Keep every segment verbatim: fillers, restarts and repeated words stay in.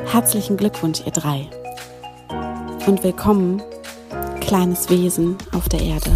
Herzlichen Glückwunsch, ihr drei. Und willkommen, kleines Wesen auf der Erde.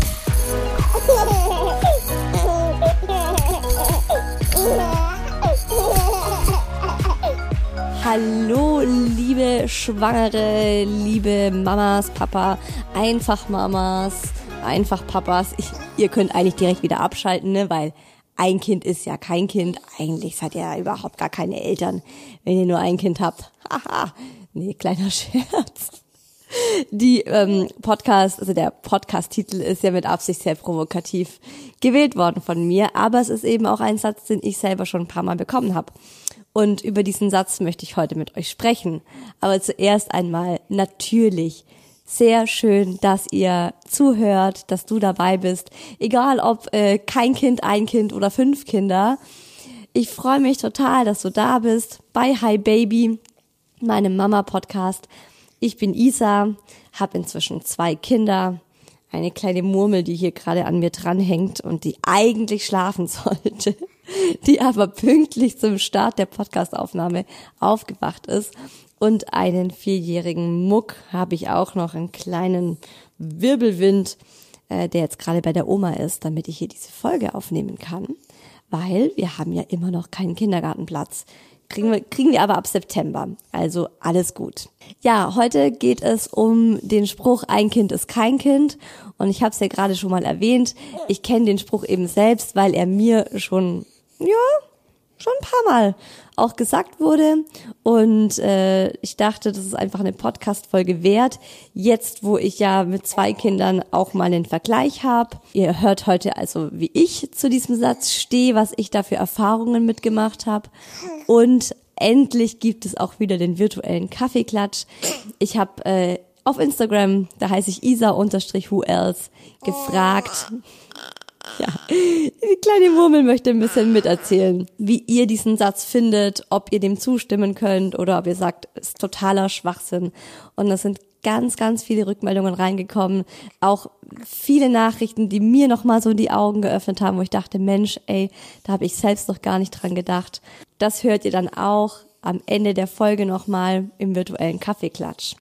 Hallo, liebe Schwangere, liebe Mamas, Papa, einfach Mamas, einfach Papas. Ich, ihr könnt eigentlich direkt wieder abschalten, ne, weil ein Kind ist ja kein Kind. Eigentlich seid ihr ja überhaupt gar keine Eltern, wenn ihr nur ein Kind habt. Haha, nee, kleiner Scherz. Die ähm, Podcast, also der Podcast-Titel ist ja mit Absicht sehr provokativ gewählt worden von mir, aber es ist eben auch ein Satz, den ich selber schon ein paar Mal bekommen habe. Und über diesen Satz möchte ich heute mit euch sprechen. Aber zuerst einmal natürlich sehr schön, dass ihr zuhört, dass du dabei bist. Egal ob äh, kein Kind, ein Kind oder fünf Kinder. Ich freue mich total, dass du da bist bei Hi Baby, meinem Mama-Podcast. Ich bin Isa, habe inzwischen zwei Kinder, eine kleine Murmel, die hier gerade an mir dranhängt und die eigentlich schlafen sollte, die aber pünktlich zum Start der Podcastaufnahme aufgewacht ist. Und einen vierjährigen Muck habe ich auch noch, einen kleinen Wirbelwind, äh, der jetzt gerade bei der Oma ist, damit ich hier diese Folge aufnehmen kann, weil wir haben ja immer noch keinen Kindergartenplatz. Kriegen wir, kriegen wir aber ab September, also alles gut. Ja, heute geht es um den Spruch, ein Kind ist kein Kind. Und ich habe es ja gerade schon mal erwähnt, ich kenne den Spruch eben selbst, weil er mir schon, ja, schon ein paar Mal auch gesagt wurde. Und äh, ich dachte, das ist einfach eine Podcast-Folge wert. Jetzt, wo ich ja mit zwei Kindern auch mal einen Vergleich habe. Ihr hört heute also, wie ich zu diesem Satz stehe, was ich da für Erfahrungen mitgemacht habe. Und endlich gibt es auch wieder den virtuellen Kaffeeklatsch. Ich habe äh, auf Instagram, da heiße ich Isa-who else, gefragt. Ja, die kleine Murmel möchte ein bisschen miterzählen, wie ihr diesen Satz findet, ob ihr dem zustimmen könnt oder ob ihr sagt, es ist totaler Schwachsinn. Und es sind ganz, ganz viele Rückmeldungen reingekommen, auch viele Nachrichten, die mir nochmal so die Augen geöffnet haben, wo ich dachte, Mensch, ey, da habe ich selbst noch gar nicht dran gedacht. Das hört ihr dann auch am Ende der Folge nochmal im virtuellen Kaffeeklatsch.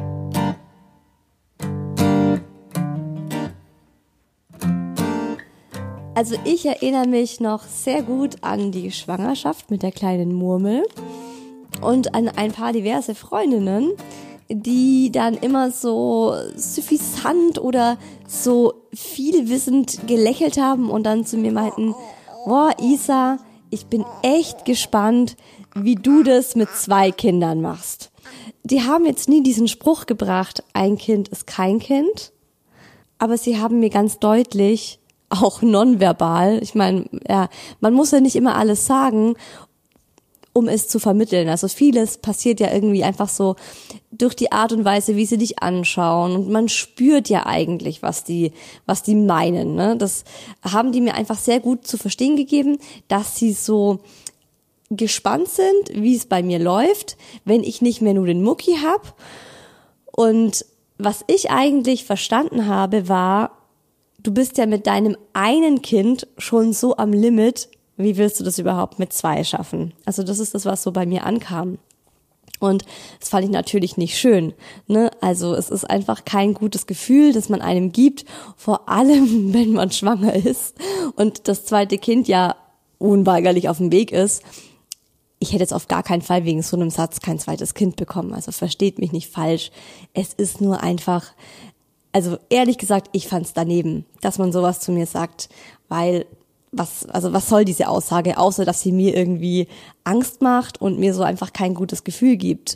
Also ich erinnere mich noch sehr gut an die Schwangerschaft mit der kleinen Murmel und an ein paar diverse Freundinnen, die dann immer so suffisant oder so vielwissend gelächelt haben und dann zu mir meinten, boah Isa, ich bin echt gespannt, wie du das mit zwei Kindern machst. Die haben jetzt nie diesen Spruch gebracht, ein Kind ist kein Kind, aber sie haben mir ganz deutlich auch nonverbal. Ich meine, ja, man muss ja nicht immer alles sagen, um es zu vermitteln. Also vieles passiert ja irgendwie einfach so durch die Art und Weise, wie sie dich anschauen. Und man spürt ja eigentlich, was die, was die meinen, ne? Das haben die mir einfach sehr gut zu verstehen gegeben, dass sie so gespannt sind, wie es bei mir läuft, wenn ich nicht mehr nur den Mucki hab. Und was ich eigentlich verstanden habe, war, du bist ja mit deinem einen Kind schon so am Limit, wie willst du das überhaupt mit zwei schaffen? Also das ist das, was so bei mir ankam. Und das fand ich natürlich nicht schön, ne? Also es ist einfach kein gutes Gefühl, das man einem gibt, vor allem, wenn man schwanger ist und das zweite Kind ja unweigerlich auf dem Weg ist. Ich hätte jetzt auf gar keinen Fall wegen so einem Satz kein zweites Kind bekommen, also versteht mich nicht falsch. Es ist nur einfach, also ehrlich gesagt, ich fand's daneben, dass man sowas zu mir sagt, weil was, also was soll diese Aussage, außer dass sie mir irgendwie Angst macht und mir so einfach kein gutes Gefühl gibt.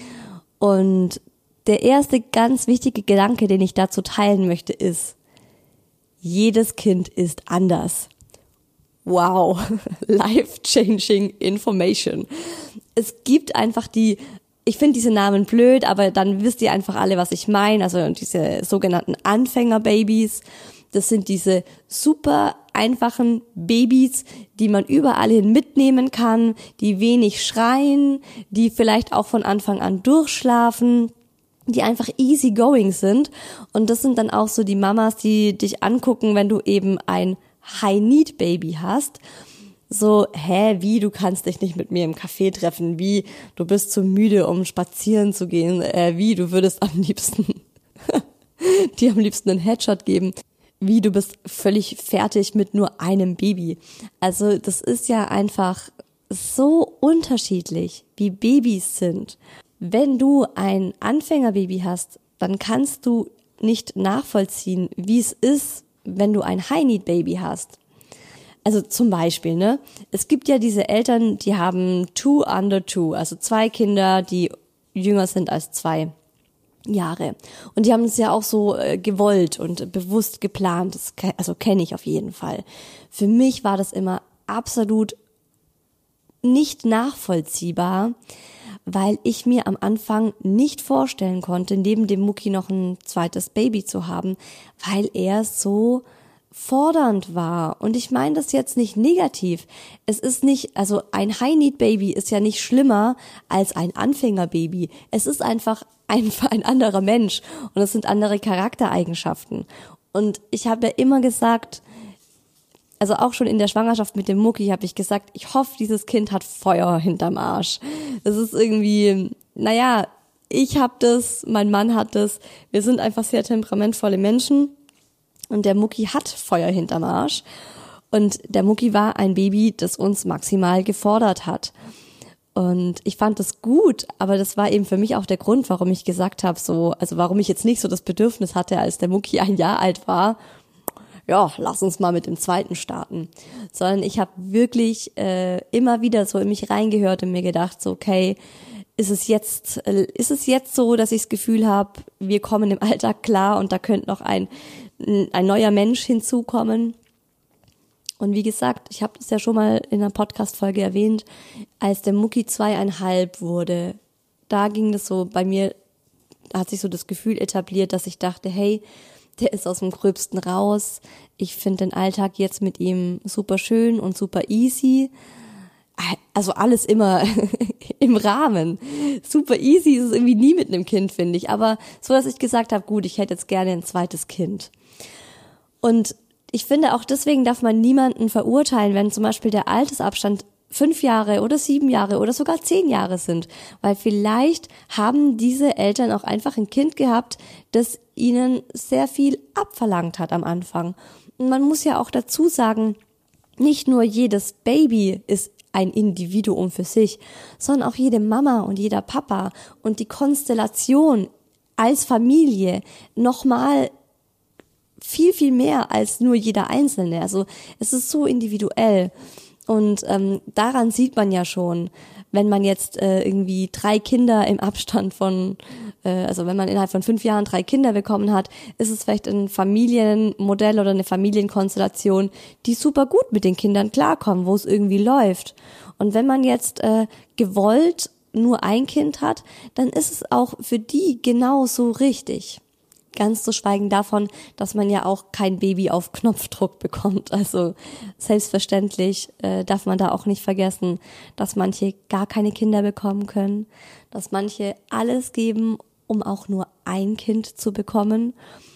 Und der erste ganz wichtige Gedanke, den ich dazu teilen möchte, ist, jedes Kind ist anders. Wow, life-changing information. Es gibt einfach die, ich finde diese Namen blöd, aber dann wisst ihr einfach alle, was ich meine. Also diese sogenannten Anfängerbabys, das sind diese super einfachen Babys, die man überall hin mitnehmen kann, die wenig schreien, die vielleicht auch von Anfang an durchschlafen, die einfach easy going sind. Und das sind dann auch so die Mamas, die dich angucken, wenn du eben ein High-Need-Baby hast. So, hä, wie, du kannst dich nicht mit mir im Café treffen, wie, du bist zu müde, um spazieren zu gehen, äh, wie, du würdest am liebsten, dir am liebsten einen Headshot geben, wie, du bist völlig fertig mit nur einem Baby. Also das ist ja einfach so unterschiedlich, wie Babys sind. Wenn du ein Anfängerbaby hast, dann kannst du nicht nachvollziehen, wie es ist, wenn du ein High-Need-Baby hast. Also zum Beispiel, ne? Es gibt ja diese Eltern, die haben two under two, also zwei Kinder, die jünger sind als zwei Jahre. Und die haben es ja auch so äh, gewollt und bewusst geplant. Das, also kenne ich auf jeden Fall. Für mich war das immer absolut nicht nachvollziehbar, weil ich mir am Anfang nicht vorstellen konnte, neben dem Mucki noch ein zweites Baby zu haben, weil er so fordernd war. Und ich meine das jetzt nicht negativ. Es ist nicht, also ein High-Need-Baby ist ja nicht schlimmer als ein Anfängerbaby. Es ist einfach ein, ein anderer Mensch und es sind andere Charaktereigenschaften. Und ich habe ja immer gesagt, also auch schon in der Schwangerschaft mit dem Mucki habe ich gesagt, ich hoffe, dieses Kind hat Feuer hinterm Arsch. Es ist irgendwie, naja, ich habe das, mein Mann hat das. Wir sind einfach sehr temperamentvolle Menschen. Und der Mucki hat Feuer hinterm Arsch. Und der Mucki war ein Baby, das uns maximal gefordert hat. Und ich fand das gut, aber das war eben für mich auch der Grund, warum ich gesagt habe, so, also warum ich jetzt nicht so das Bedürfnis hatte, als der Mucki ein Jahr alt war, ja, lass uns mal mit dem zweiten starten. Sondern ich habe wirklich äh, immer wieder so in mich reingehört und mir gedacht, so, okay, ist es jetzt, äh, ist es jetzt so, dass ich das Gefühl habe, wir kommen im Alltag klar und da könnte noch ein ein neuer Mensch hinzukommen. Und wie gesagt, ich habe das ja schon mal in einer Podcast-Folge erwähnt, als der Mucki zweieinhalb wurde, da ging das so bei mir, da hat sich so das Gefühl etabliert, dass ich dachte, hey, der ist aus dem Gröbsten raus. Ich finde den Alltag jetzt mit ihm super schön und super easy. Also alles immer im Rahmen. Super easy ist es irgendwie nie mit einem Kind, finde ich. Aber so, dass ich gesagt habe, gut, ich hätte jetzt gerne ein zweites Kind. Und ich finde, auch deswegen darf man niemanden verurteilen, wenn zum Beispiel der Altersabstand fünf Jahre oder sieben Jahre oder sogar zehn Jahre sind. Weil vielleicht haben diese Eltern auch einfach ein Kind gehabt, das ihnen sehr viel abverlangt hat am Anfang. Und man muss ja auch dazu sagen, nicht nur jedes Baby ist ein Individuum für sich, sondern auch jede Mama und jeder Papa und die Konstellation als Familie nochmal viel, viel mehr als nur jeder Einzelne. Also es ist so individuell und ähm, daran sieht man ja schon, wenn man jetzt äh, irgendwie drei Kinder im Abstand von, äh, also wenn man innerhalb von fünf Jahren drei Kinder bekommen hat, ist es vielleicht ein Familienmodell oder eine Familienkonstellation, die super gut mit den Kindern klarkommen, wo es irgendwie läuft. Und wenn man jetzt äh, gewollt nur ein Kind hat, dann ist es auch für die genauso richtig. Ganz zu schweigen davon, dass man ja auch kein Baby auf Knopfdruck bekommt. Also selbstverständlich äh, darf man da auch nicht vergessen, dass manche gar keine Kinder bekommen können, dass manche alles geben, um auch nur ein Kind zu bekommen.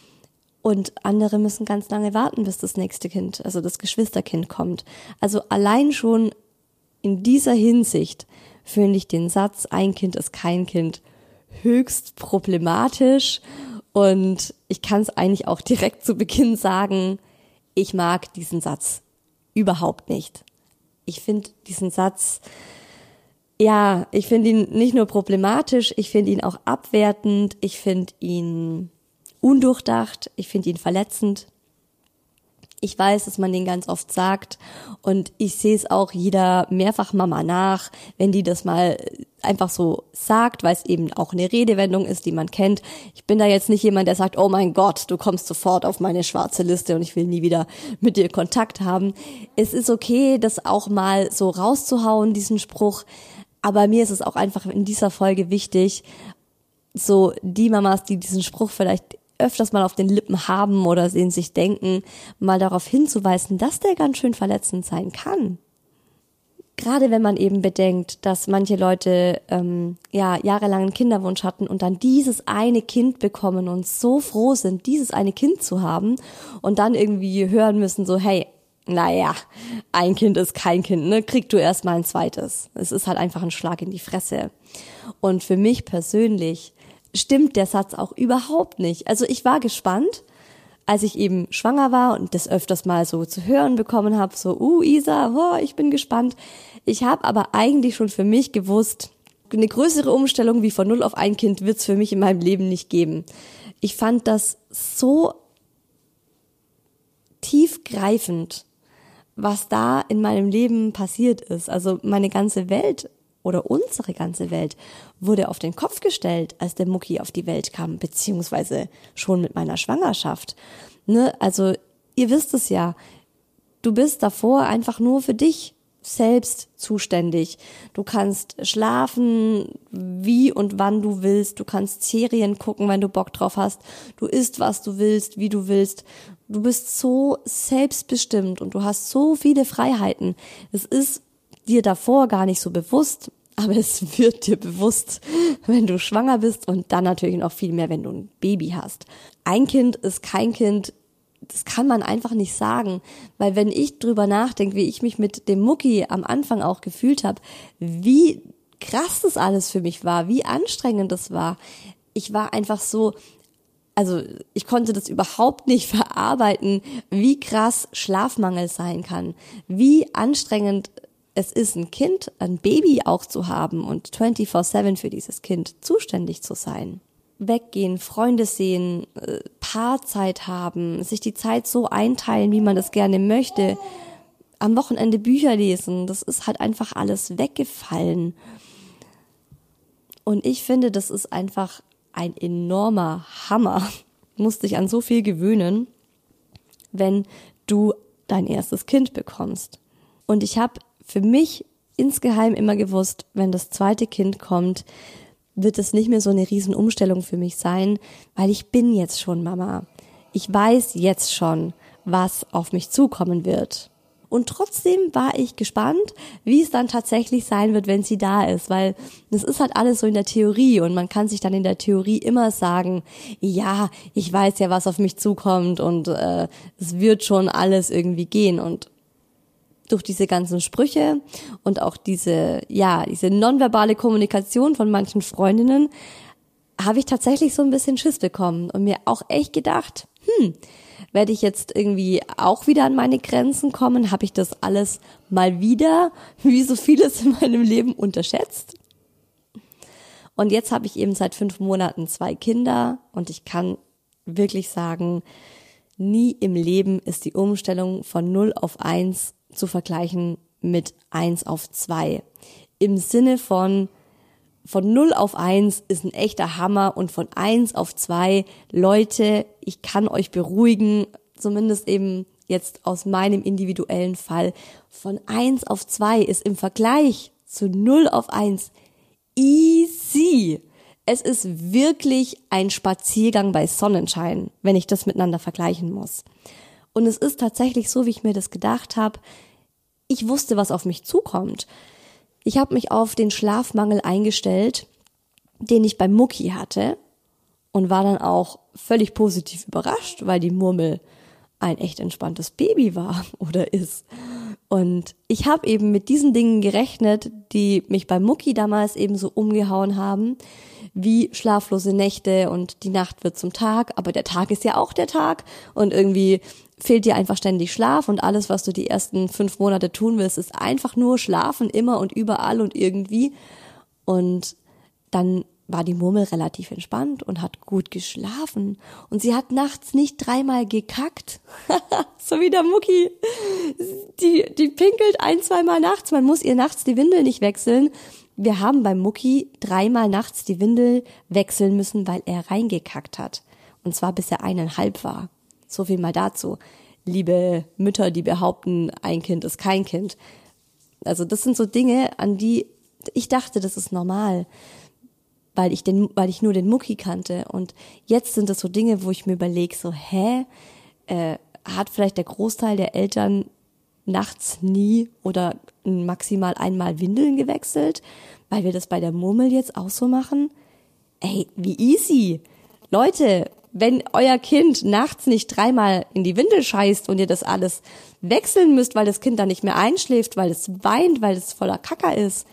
Und andere müssen ganz lange warten, bis das nächste Kind, also das Geschwisterkind kommt. Also allein schon in dieser Hinsicht finde ich den Satz, ein Kind ist kein Kind, höchst problematisch. Und ich kann es eigentlich auch direkt zu Beginn sagen, ich mag diesen Satz überhaupt nicht. Ich finde diesen Satz, ja, ich finde ihn nicht nur problematisch, ich finde ihn auch abwertend, ich finde ihn undurchdacht, ich finde ihn verletzend. Ich weiß, dass man den ganz oft sagt und ich sehe es auch jeder Mehrfachmama nach, wenn die das mal einfach so sagt, weil es eben auch eine Redewendung ist, die man kennt. Ich bin da jetzt nicht jemand, der sagt, oh mein Gott, du kommst sofort auf meine schwarze Liste und ich will nie wieder mit dir Kontakt haben. Es ist okay, das auch mal so rauszuhauen, diesen Spruch, aber mir ist es auch einfach in dieser Folge wichtig, so die Mamas, die diesen Spruch vielleicht öfters mal auf den Lippen haben oder den sich denken, mal darauf hinzuweisen, dass der ganz schön verletzend sein kann. Gerade wenn man eben bedenkt, dass manche Leute ähm, ja jahrelang einen Kinderwunsch hatten und dann dieses eine Kind bekommen und so froh sind, dieses eine Kind zu haben und dann irgendwie hören müssen, so hey, naja, ein Kind ist kein Kind, ne? Krieg du erst mal ein zweites. Es ist halt einfach ein Schlag in die Fresse. Und für mich persönlich stimmt der Satz auch überhaupt nicht. Also ich war gespannt, als ich eben schwanger war und das öfters mal so zu hören bekommen habe, so, uh, Isa, oh, ich bin gespannt. Ich habe aber eigentlich schon für mich gewusst, eine größere Umstellung wie von null auf ein Kind wird es für mich in meinem Leben nicht geben. Ich fand das so tiefgreifend, was da in meinem Leben passiert ist. Also meine ganze Welt oder unsere ganze Welt wurde auf den Kopf gestellt, als der Mucki auf die Welt kam, beziehungsweise schon mit meiner Schwangerschaft. Ne? Also ihr wisst es ja, du bist davor einfach nur für dich selbst zuständig. Du kannst schlafen, wie und wann du willst. Du kannst Serien gucken, wenn du Bock drauf hast. Du isst, was du willst, wie du willst. Du bist so selbstbestimmt und du hast so viele Freiheiten. Es ist dir davor gar nicht so bewusst, aber es wird dir bewusst, wenn du schwanger bist und dann natürlich noch viel mehr, wenn du ein Baby hast. Ein Kind ist kein Kind. Das kann man einfach nicht sagen, weil wenn ich drüber nachdenke, wie ich mich mit dem Mucki am Anfang auch gefühlt habe, wie krass das alles für mich war, wie anstrengend das war. Ich war einfach so, also ich konnte das überhaupt nicht verarbeiten, wie krass Schlafmangel sein kann, wie anstrengend es ist, ein Kind, ein Baby auch zu haben und vierundzwanzig sieben für dieses Kind zuständig zu sein. Weggehen, Freunde sehen, Paarzeit haben, sich die Zeit so einteilen, wie man das gerne möchte, am Wochenende Bücher lesen, das ist halt einfach alles weggefallen. Und ich finde, das ist einfach ein enormer Hammer. Du musst dich an so viel gewöhnen, wenn du dein erstes Kind bekommst. Und ich habe für mich insgeheim immer gewusst, wenn das zweite Kind kommt, wird es nicht mehr so eine riesen Umstellung für mich sein, weil ich bin jetzt schon Mama. Ich weiß jetzt schon, was auf mich zukommen wird. Und trotzdem war ich gespannt, wie es dann tatsächlich sein wird, wenn sie da ist, weil das ist halt alles so in der Theorie und man kann sich dann in der Theorie immer sagen, ja, ich weiß ja, was auf mich zukommt und äh, es wird schon alles irgendwie gehen. Und durch diese ganzen Sprüche und auch diese, ja, diese nonverbale Kommunikation von manchen Freundinnen habe ich tatsächlich so ein bisschen Schiss bekommen und mir auch echt gedacht, hm, werde ich jetzt irgendwie auch wieder an meine Grenzen kommen? Habe ich das alles mal wieder, wie so vieles in meinem Leben, unterschätzt? Und jetzt habe ich eben seit fünf Monaten zwei Kinder und ich kann wirklich sagen, nie im Leben ist die Umstellung von null auf eins zu vergleichen mit eins auf zwei. Im Sinne von, von null auf eins ist ein echter Hammer und von eins auf zwei, Leute, ich kann euch beruhigen, zumindest eben jetzt aus meinem individuellen Fall, von eins auf zwei ist im Vergleich zu null auf eins easy. Es ist wirklich ein Spaziergang bei Sonnenschein, wenn ich das miteinander vergleichen muss. Und es ist tatsächlich so, wie ich mir das gedacht habe. Ich wusste, was auf mich zukommt. Ich habe mich auf den Schlafmangel eingestellt, den ich beim Mucki hatte und war dann auch völlig positiv überrascht, weil die Murmel ein echt entspanntes Baby war oder ist. Und ich habe eben mit diesen Dingen gerechnet, die mich beim Mucki damals eben so umgehauen haben, wie schlaflose Nächte und die Nacht wird zum Tag, aber der Tag ist ja auch der Tag und irgendwie fehlt dir einfach ständig Schlaf und alles, was du die ersten fünf Monate tun willst, ist einfach nur schlafen, immer und überall und irgendwie. Und dann war die Murmel relativ entspannt und hat gut geschlafen. Und sie hat nachts nicht dreimal gekackt, so wie der Mucki. Die, die pinkelt ein, zweimal nachts, man muss ihr nachts die Windel nicht wechseln. Wir haben beim Mucki dreimal nachts die Windel wechseln müssen, weil er reingekackt hat. Und zwar bis er eineinhalb war. So viel mal dazu. Liebe Mütter, die behaupten, ein Kind ist kein Kind. Also das sind so Dinge, an die ich dachte, das ist normal, weil ich den, weil ich nur den Mucki kannte. Und jetzt sind das so Dinge, wo ich mir überlege, so, hä, äh, hat vielleicht der Großteil der Eltern nachts nie oder maximal einmal Windeln gewechselt, weil wir das bei der Murmel jetzt auch so machen? Ey, wie easy. Leute, wenn euer Kind nachts nicht dreimal in die Windel scheißt und ihr das alles wechseln müsst, weil das Kind dann nicht mehr einschläft, weil es weint, weil es voller Kacker ist,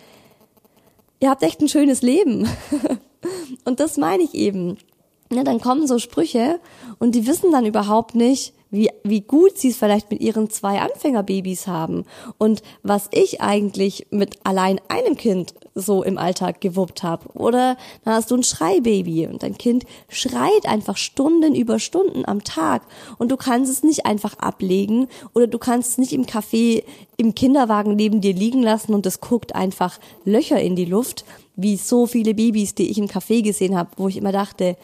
ihr habt echt ein schönes Leben. Und das meine ich eben. Ja, dann kommen so Sprüche und die wissen dann überhaupt nicht, wie wie gut sie es vielleicht mit ihren zwei Anfängerbabys haben und was ich eigentlich mit allein einem Kind so im Alltag gewuppt habe. Oder dann hast du ein Schreibaby und dein Kind schreit einfach Stunden über Stunden am Tag und du kannst es nicht einfach ablegen oder du kannst es nicht im Café im Kinderwagen neben dir liegen lassen und es guckt einfach Löcher in die Luft, wie so viele Babys, die ich im Café gesehen habe, wo ich immer dachte,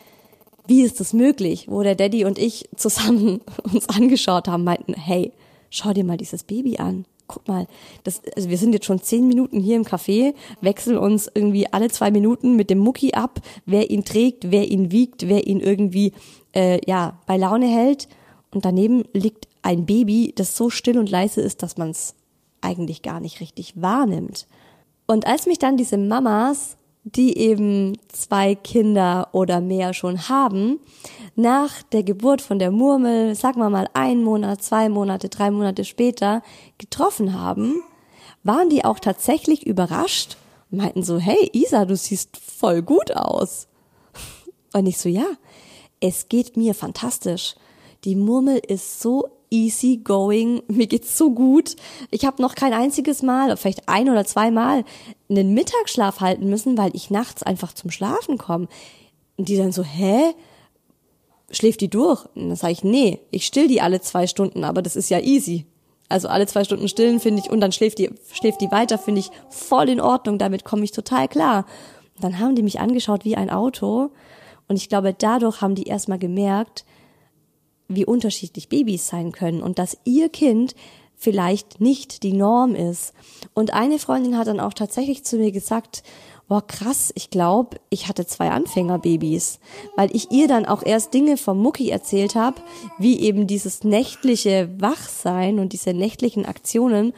wie ist das möglich? Wo der Daddy und ich zusammen uns angeschaut haben, meinten, hey, schau dir mal dieses Baby an. Guck mal, das, also wir sind jetzt schon zehn Minuten hier im Café, wechseln uns irgendwie alle zwei Minuten mit dem Mucki ab, wer ihn trägt, wer ihn wiegt, wer ihn irgendwie äh, ja bei Laune hält. Und daneben liegt ein Baby, das so still und leise ist, dass man es eigentlich gar nicht richtig wahrnimmt. Und als mich dann diese Mamas, die eben zwei Kinder oder mehr schon haben, nach der Geburt von der Murmel, sagen wir mal ein Monat, zwei Monate, drei Monate später getroffen haben, waren die auch tatsächlich überrascht und meinten so, hey Isa, du siehst voll gut aus. Und ich so, ja, es geht mir fantastisch. Die Murmel ist so easy going, mir geht's so gut. Ich habe noch kein einziges Mal, vielleicht ein oder zwei Mal, einen Mittagsschlaf halten müssen, weil ich nachts einfach zum Schlafen komme. Und die dann so, hä? Schläft die durch? Und dann sage ich, nee, ich still die alle zwei Stunden, aber das ist ja easy. Also alle zwei Stunden stillen finde ich und dann schläft die, schläft die weiter, finde ich voll in Ordnung, damit komme ich total klar. Und dann haben die mich angeschaut wie ein Auto und ich glaube, dadurch haben die erstmal gemerkt, wie unterschiedlich Babys sein können und dass ihr Kind vielleicht nicht die Norm ist. Und eine Freundin hat dann auch tatsächlich zu mir gesagt, boah krass, ich glaube, ich hatte zwei Anfängerbabys, weil ich ihr dann auch erst Dinge vom Mucki erzählt habe, wie eben dieses nächtliche Wachsein und diese nächtlichen Aktionen.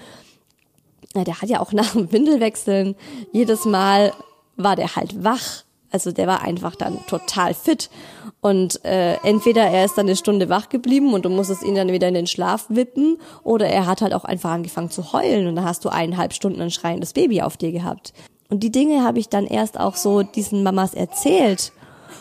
Ja, der hat ja auch nach dem Windelwechseln, jedes Mal war der halt wach. Also der war einfach dann total fit und äh, entweder er ist dann eine Stunde wach geblieben und du musstest ihn dann wieder in den Schlaf wippen oder er hat halt auch einfach angefangen zu heulen und dann hast du eineinhalb Stunden ein schreiendes Baby auf dir gehabt. Und die Dinge habe ich dann erst auch so diesen Mamas erzählt,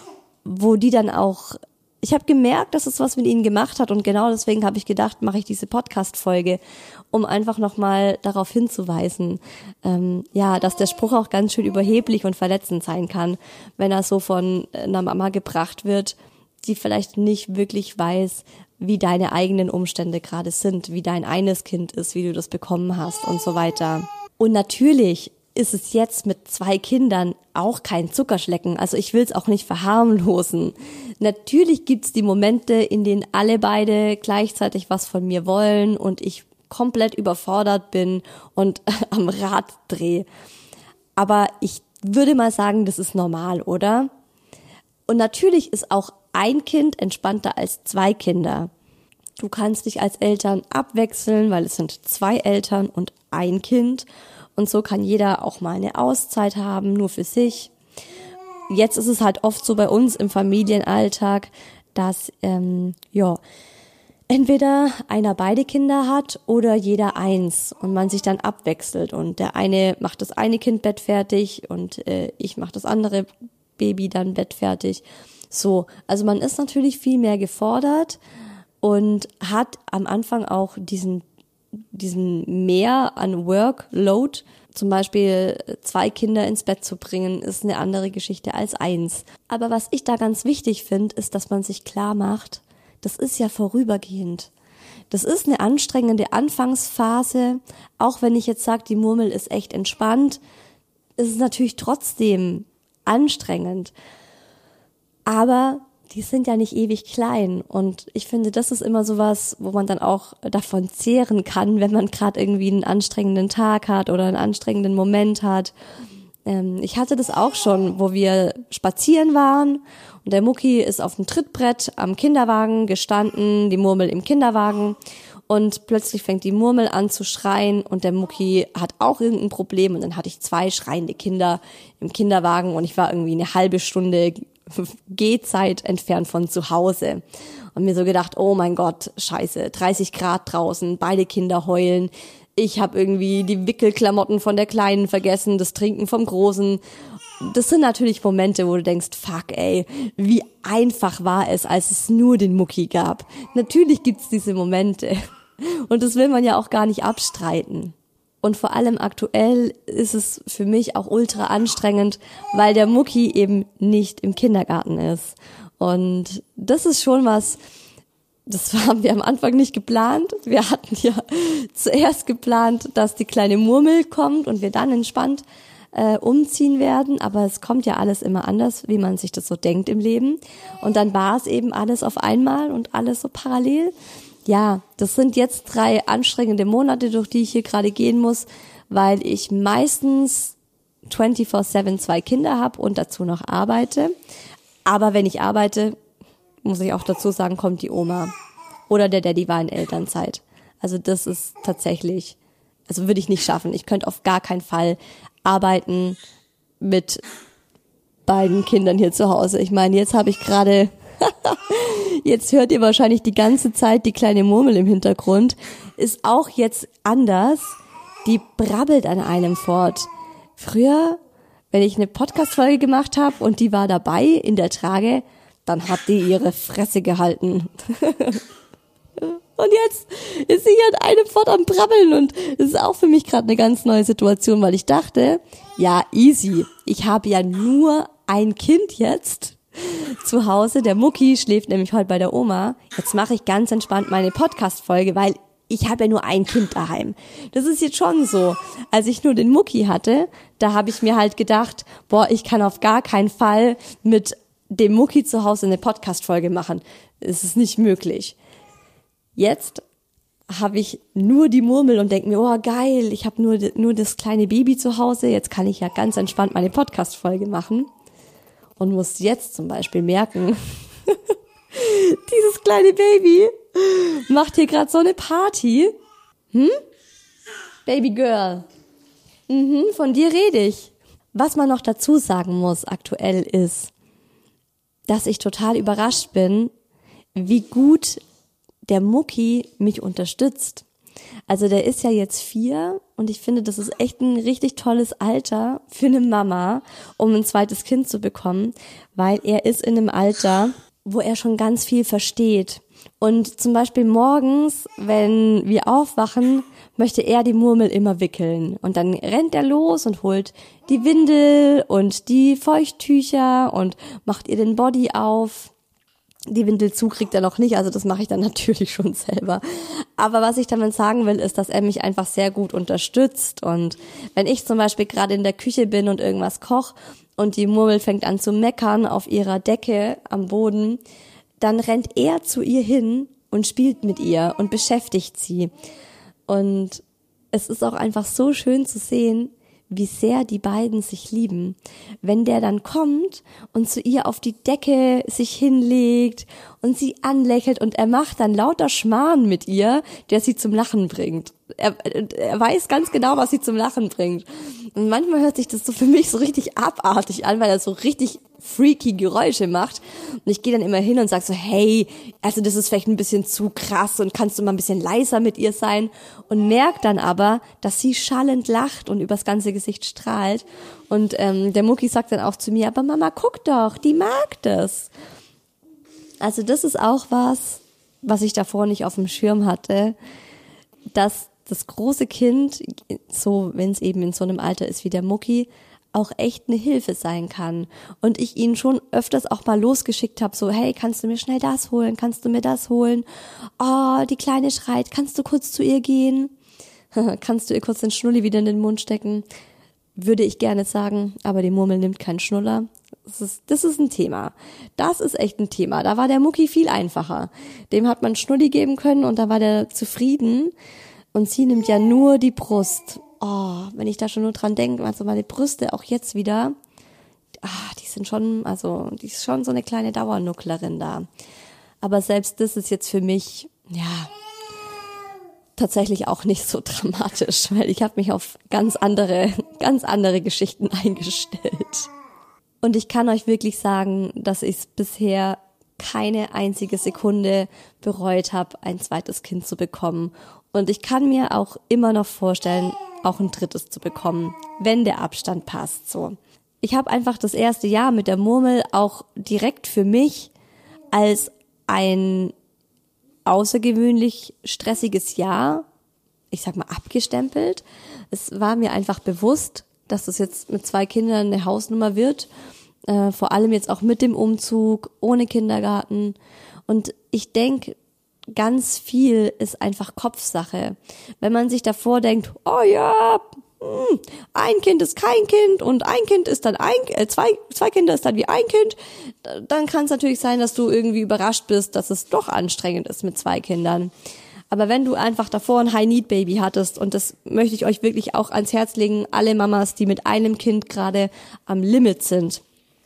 wo die dann auch, ich habe gemerkt, dass es was mit ihnen gemacht hat und genau deswegen habe ich gedacht, mache ich diese Podcast-Folge, um einfach nochmal darauf hinzuweisen, ähm, ja, dass der Spruch auch ganz schön überheblich und verletzend sein kann, wenn er so von einer Mama gebracht wird, die vielleicht nicht wirklich weiß, wie deine eigenen Umstände gerade sind, wie dein eines Kind ist, wie du das bekommen hast und so weiter. Und natürlich ist es jetzt mit zwei Kindern auch kein Zuckerschlecken. Also ich will es auch nicht verharmlosen. Natürlich gibt's die Momente, in denen alle beide gleichzeitig was von mir wollen und ich komplett überfordert bin und am Rad drehe. Aber ich würde mal sagen, das ist normal, oder? Und natürlich ist auch ein Kind entspannter als zwei Kinder. Du kannst dich als Eltern abwechseln, weil es sind zwei Eltern und ein Kind. Und so kann jeder auch mal eine Auszeit haben, nur für sich. Jetzt ist es halt oft so bei uns im Familienalltag, dass ähm, ja entweder einer beide Kinder hat oder jeder eins und man sich dann abwechselt. Und der eine macht das eine Kind bettfertig und äh, ich mache das andere Baby dann bettfertig. So, also man ist natürlich viel mehr gefordert und hat am Anfang auch diesen diesen Mehr an Workload, zum Beispiel zwei Kinder ins Bett zu bringen, ist eine andere Geschichte als eins. Aber was ich da ganz wichtig finde, ist, dass man sich klar macht, das ist ja vorübergehend. Das ist eine anstrengende Anfangsphase, auch wenn ich jetzt sage, die Murmel ist echt entspannt, ist es natürlich trotzdem anstrengend. Aber die sind ja nicht ewig klein und ich finde, das ist immer sowas, wo man dann auch davon zehren kann, wenn man gerade irgendwie einen anstrengenden Tag hat oder einen anstrengenden Moment hat. Ähm, ich hatte das auch schon, wo wir spazieren waren und der Mucki ist auf dem Trittbrett am Kinderwagen gestanden, die Murmel im Kinderwagen und plötzlich fängt die Murmel an zu schreien und der Mucki hat auch irgendein Problem und dann hatte ich zwei schreiende Kinder im Kinderwagen und ich war irgendwie eine halbe Stunde Gehzeit entfernt von zu Hause. Und mir so gedacht, oh mein Gott, scheiße, dreißig Grad draußen, beide Kinder heulen. Ich habe irgendwie die Wickelklamotten von der Kleinen vergessen, das Trinken vom Großen. Das sind natürlich Momente, wo du denkst, fuck ey, wie einfach war es, als es nur den Mucki gab. Natürlich gibt's diese Momente. Und das will man ja auch gar nicht abstreiten. Und vor allem aktuell ist es für mich auch ultra anstrengend, weil der Mucki eben nicht im Kindergarten ist. Und das ist schon was, das haben wir am Anfang nicht geplant. Wir hatten ja zuerst geplant, dass die kleine Murmel kommt und wir dann entspannt äh, umziehen werden. Aber es kommt ja alles immer anders, wie man sich das so denkt im Leben. Und dann war es eben alles auf einmal und alles so parallel. Ja, das sind jetzt drei anstrengende Monate, durch die ich hier gerade gehen muss, weil ich meistens vierundzwanzig sieben zwei Kinder habe und dazu noch arbeite. Aber wenn ich arbeite, muss ich auch dazu sagen, kommt die Oma oder der Daddy war in Elternzeit. Also das ist tatsächlich, also würde ich nicht schaffen. Ich könnte auf gar keinen Fall arbeiten mit beiden Kindern hier zu Hause. Ich meine, jetzt habe ich gerade, jetzt hört ihr wahrscheinlich die ganze Zeit die kleine Murmel im Hintergrund. Ist auch jetzt anders. Die brabbelt an einem fort. Früher, wenn ich eine Podcast-Folge gemacht habe und die war dabei in der Trage, dann hat die ihre Fresse gehalten. Und jetzt ist sie an einem fort am Brabbeln und das ist auch für mich gerade eine ganz neue Situation, weil ich dachte, ja easy, ich habe ja nur ein Kind jetzt zu Hause, der Mucki schläft nämlich heute bei der Oma, jetzt mache ich ganz entspannt meine Podcast-Folge, weil ich habe ja nur ein Kind daheim. Das ist jetzt schon so. Als ich nur den Mucki hatte, da habe ich mir halt gedacht, boah, ich kann auf gar keinen Fall mit dem Mucki zu Hause eine Podcast-Folge machen. Es ist nicht möglich. Jetzt habe ich nur die Murmel und denke mir, oh geil, ich habe nur, nur das kleine Baby zu Hause, jetzt kann ich ja ganz entspannt meine Podcast-Folge machen. Und muss jetzt zum Beispiel merken, dieses kleine Baby macht hier gerade so eine Party. Hm? Baby Girl. Mhm, von dir rede ich. Was man noch dazu sagen muss aktuell ist, dass ich total überrascht bin, wie gut der Mucki mich unterstützt. Also der ist ja jetzt vier und ich finde, das ist echt ein richtig tolles Alter für eine Mama, um ein zweites Kind zu bekommen, weil er ist in einem Alter, wo er schon ganz viel versteht. Und zum Beispiel morgens, wenn wir aufwachen, möchte er die Murmel immer wickeln. Und dann rennt er los und holt die Windel und die Feuchttücher und macht ihr den Body auf. Die Windel zu kriegt er noch nicht, also das mache ich dann natürlich schon selber. Aber was ich damit sagen will, ist, dass er mich einfach sehr gut unterstützt. Und wenn ich zum Beispiel gerade in der Küche bin und irgendwas koche und die Murmel fängt an zu meckern auf ihrer Decke am Boden, dann rennt er zu ihr hin und spielt mit ihr und beschäftigt sie. Und es ist auch einfach so schön zu sehen, wie sehr die beiden sich lieben. Wenn der dann kommt und zu ihr auf die Decke sich hinlegt und sie anlächelt und er macht dann lauter Schmarrn mit ihr, der sie zum Lachen bringt. Er, er weiß ganz genau, was sie zum Lachen bringt. Und manchmal hört sich das so für mich so richtig abartig an, weil er so richtig freaky Geräusche macht. Und ich gehe dann immer hin und sage so, hey, also das ist vielleicht ein bisschen zu krass und kannst du mal ein bisschen leiser mit ihr sein? Und merk dann aber, dass sie schallend lacht und übers ganze Gesicht strahlt. Und ähm, der Mucki sagt dann auch zu mir, aber Mama, guck doch, die mag das. Also das ist auch was, was ich davor nicht auf dem Schirm hatte, dass das große Kind, so wenn es eben in so einem Alter ist wie der Mucki, auch echt eine Hilfe sein kann. Und ich ihn schon öfters auch mal losgeschickt habe, so, hey, kannst du mir schnell das holen, kannst du mir das holen? Oh, die Kleine schreit, kannst du kurz zu ihr gehen? Kannst du ihr kurz den Schnulli wieder in den Mund stecken? Würde ich gerne sagen, aber die Murmel nimmt keinen Schnuller. Das ist, das ist ein Thema. Das ist echt ein Thema. Da war der Mucki viel einfacher. Dem hat man Schnulli geben können und da war der zufrieden. Und sie nimmt ja nur die Brust. Oh, wenn ich da schon nur dran denke, also meine Brüste auch jetzt wieder, ah, die sind schon, also die ist schon so eine kleine Dauernucklerin da. Aber selbst das ist jetzt für mich, ja, tatsächlich auch nicht so dramatisch, weil ich habe mich auf ganz andere, ganz andere Geschichten eingestellt. Und ich kann euch wirklich sagen, dass ich es bisher keine einzige Sekunde bereut habe, ein zweites Kind zu bekommen. Und ich kann mir auch immer noch vorstellen, auch ein drittes zu bekommen, wenn der Abstand passt. So. Ich habe einfach das erste Jahr mit der Murmel auch direkt für mich als ein außergewöhnlich stressiges Jahr, ich sag mal, abgestempelt. Es war mir einfach bewusst, dass das jetzt mit zwei Kindern eine Hausnummer wird, äh, vor allem jetzt auch mit dem Umzug, ohne Kindergarten. Und ich denke, ganz viel ist einfach Kopfsache. Wenn man sich davor denkt, oh ja, hm, ein Kind ist kein Kind und ein Kind ist dann ein, äh, zwei, zwei Kinder ist dann wie ein Kind, dann kann es natürlich sein, dass du irgendwie überrascht bist, dass es doch anstrengend ist mit zwei Kindern. Aber wenn du einfach davor ein High-Need-Baby hattest, und das möchte ich euch wirklich auch ans Herz legen, alle Mamas, die mit einem Kind gerade am Limit sind,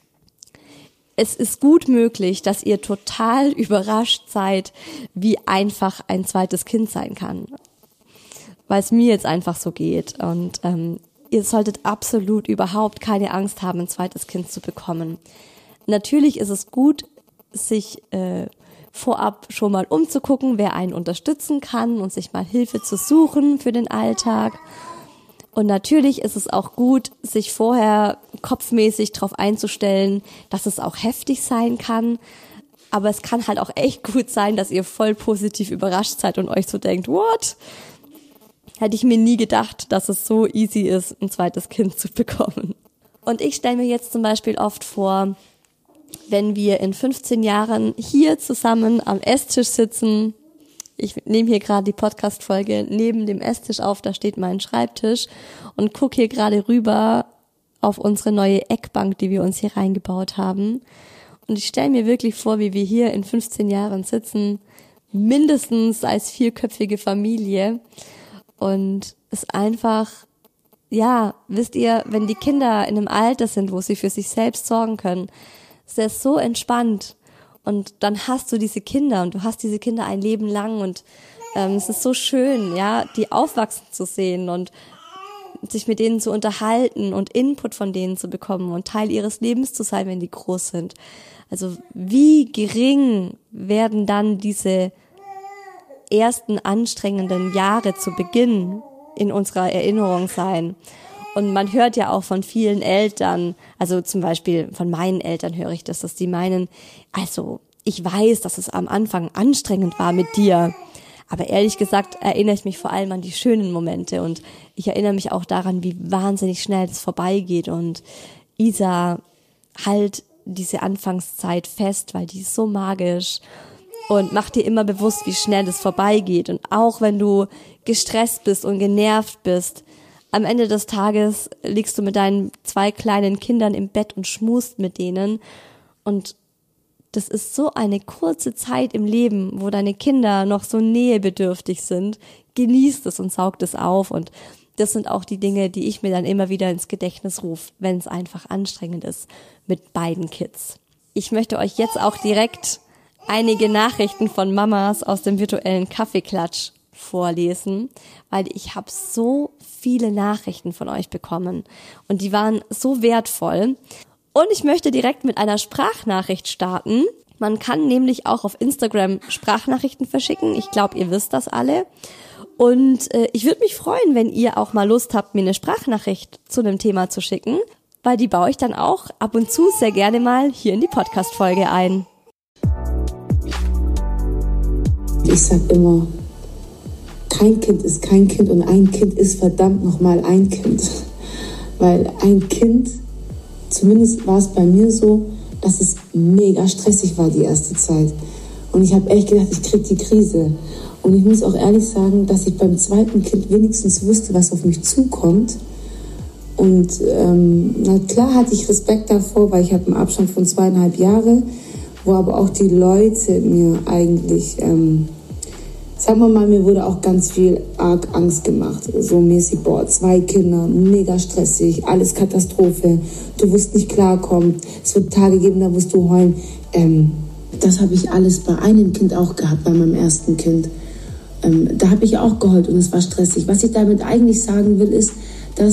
es ist gut möglich, dass ihr total überrascht seid, wie einfach ein zweites Kind sein kann. Weil es mir jetzt einfach so geht. Und ähm, ihr solltet absolut überhaupt keine Angst haben, ein zweites Kind zu bekommen. Natürlich ist es gut, sich äh, vorab schon mal umzugucken, wer einen unterstützen kann und sich mal Hilfe zu suchen für den Alltag. Und natürlich ist es auch gut, sich vorher kopfmäßig darauf einzustellen, dass es auch heftig sein kann. Aber es kann halt auch echt gut sein, dass ihr voll positiv überrascht seid und euch so denkt, what? Hätte ich mir nie gedacht, dass es so easy ist, ein zweites Kind zu bekommen. Und ich stelle mir jetzt zum Beispiel oft vor, wenn wir in fünfzehn Jahren hier zusammen am Esstisch sitzen. Ich nehme hier gerade die Podcast-Folge neben dem Esstisch auf, da steht mein Schreibtisch, und gucke hier gerade rüber auf unsere neue Eckbank, die wir uns hier reingebaut haben. Und ich stelle mir wirklich vor, wie wir hier in fünfzehn Jahren sitzen, mindestens als vierköpfige Familie. Und es einfach, ja, wisst ihr, wenn die Kinder in einem Alter sind, wo sie für sich selbst sorgen können, ist das so entspannt. Und dann hast du diese Kinder und du hast diese Kinder ein Leben lang, und ähm, es ist so schön, ja, die aufwachsen zu sehen und sich mit denen zu unterhalten und Input von denen zu bekommen und Teil ihres Lebens zu sein, wenn die groß sind. Also wie gering werden dann diese ersten anstrengenden Jahre zu Beginn in unserer Erinnerung sein. Und man hört ja auch von vielen Eltern, also zum Beispiel von meinen Eltern höre ich das, dass die meinen, also ich weiß, dass es am Anfang anstrengend war mit dir, aber ehrlich gesagt erinnere ich mich vor allem an die schönen Momente, und ich erinnere mich auch daran, wie wahnsinnig schnell das vorbeigeht, und Isa halt diese Anfangszeit fest, weil die ist so magisch, und mach dir immer bewusst, wie schnell das vorbeigeht. Und auch wenn du gestresst bist und genervt bist, am Ende des Tages liegst du mit deinen zwei kleinen Kindern im Bett und schmust mit denen. Und das ist so eine kurze Zeit im Leben, wo deine Kinder noch so nähebedürftig sind. Genießt es und saugt es auf. Und das sind auch die Dinge, die ich mir dann immer wieder ins Gedächtnis rufe, wenn es einfach anstrengend ist mit beiden Kids. Ich möchte euch jetzt auch direkt einige Nachrichten von Mamas aus dem virtuellen Kaffeeklatsch vorlesen, weil ich habe so viele Nachrichten von euch bekommen und die waren so wertvoll. Und ich möchte direkt mit einer Sprachnachricht starten. Man kann nämlich auch auf Instagram Sprachnachrichten verschicken. Ich glaube, ihr wisst das alle. Und äh, ich würde mich freuen, wenn ihr auch mal Lust habt, mir eine Sprachnachricht zu einem Thema zu schicken, weil die baue ich dann auch ab und zu sehr gerne mal hier in die Podcast-Folge ein. Ich sag immer, kein Kind ist kein Kind und ein Kind ist verdammt nochmal ein Kind. Weil ein Kind, zumindest war es bei mir so, dass es mega stressig war die erste Zeit. Und ich habe echt gedacht, ich krieg die Krise. Und ich muss auch ehrlich sagen, dass ich beim zweiten Kind wenigstens wusste, was auf mich zukommt. Und ähm, na klar hatte ich Respekt davor, weil ich habe einen Abstand von zweieinhalb Jahren, wo aber auch die Leute mir eigentlich, ähm, sagen wir mal, mir wurde auch ganz viel arg Angst gemacht. So mäßig, boah, zwei Kinder, mega stressig, alles Katastrophe, du wirst nicht klarkommen, es wird Tage geben, da wirst du heulen. Ähm, das habe ich alles bei einem Kind auch gehabt, bei meinem ersten Kind. Ähm, da habe ich auch geheult und es war stressig. Was ich damit eigentlich sagen will, ist, dass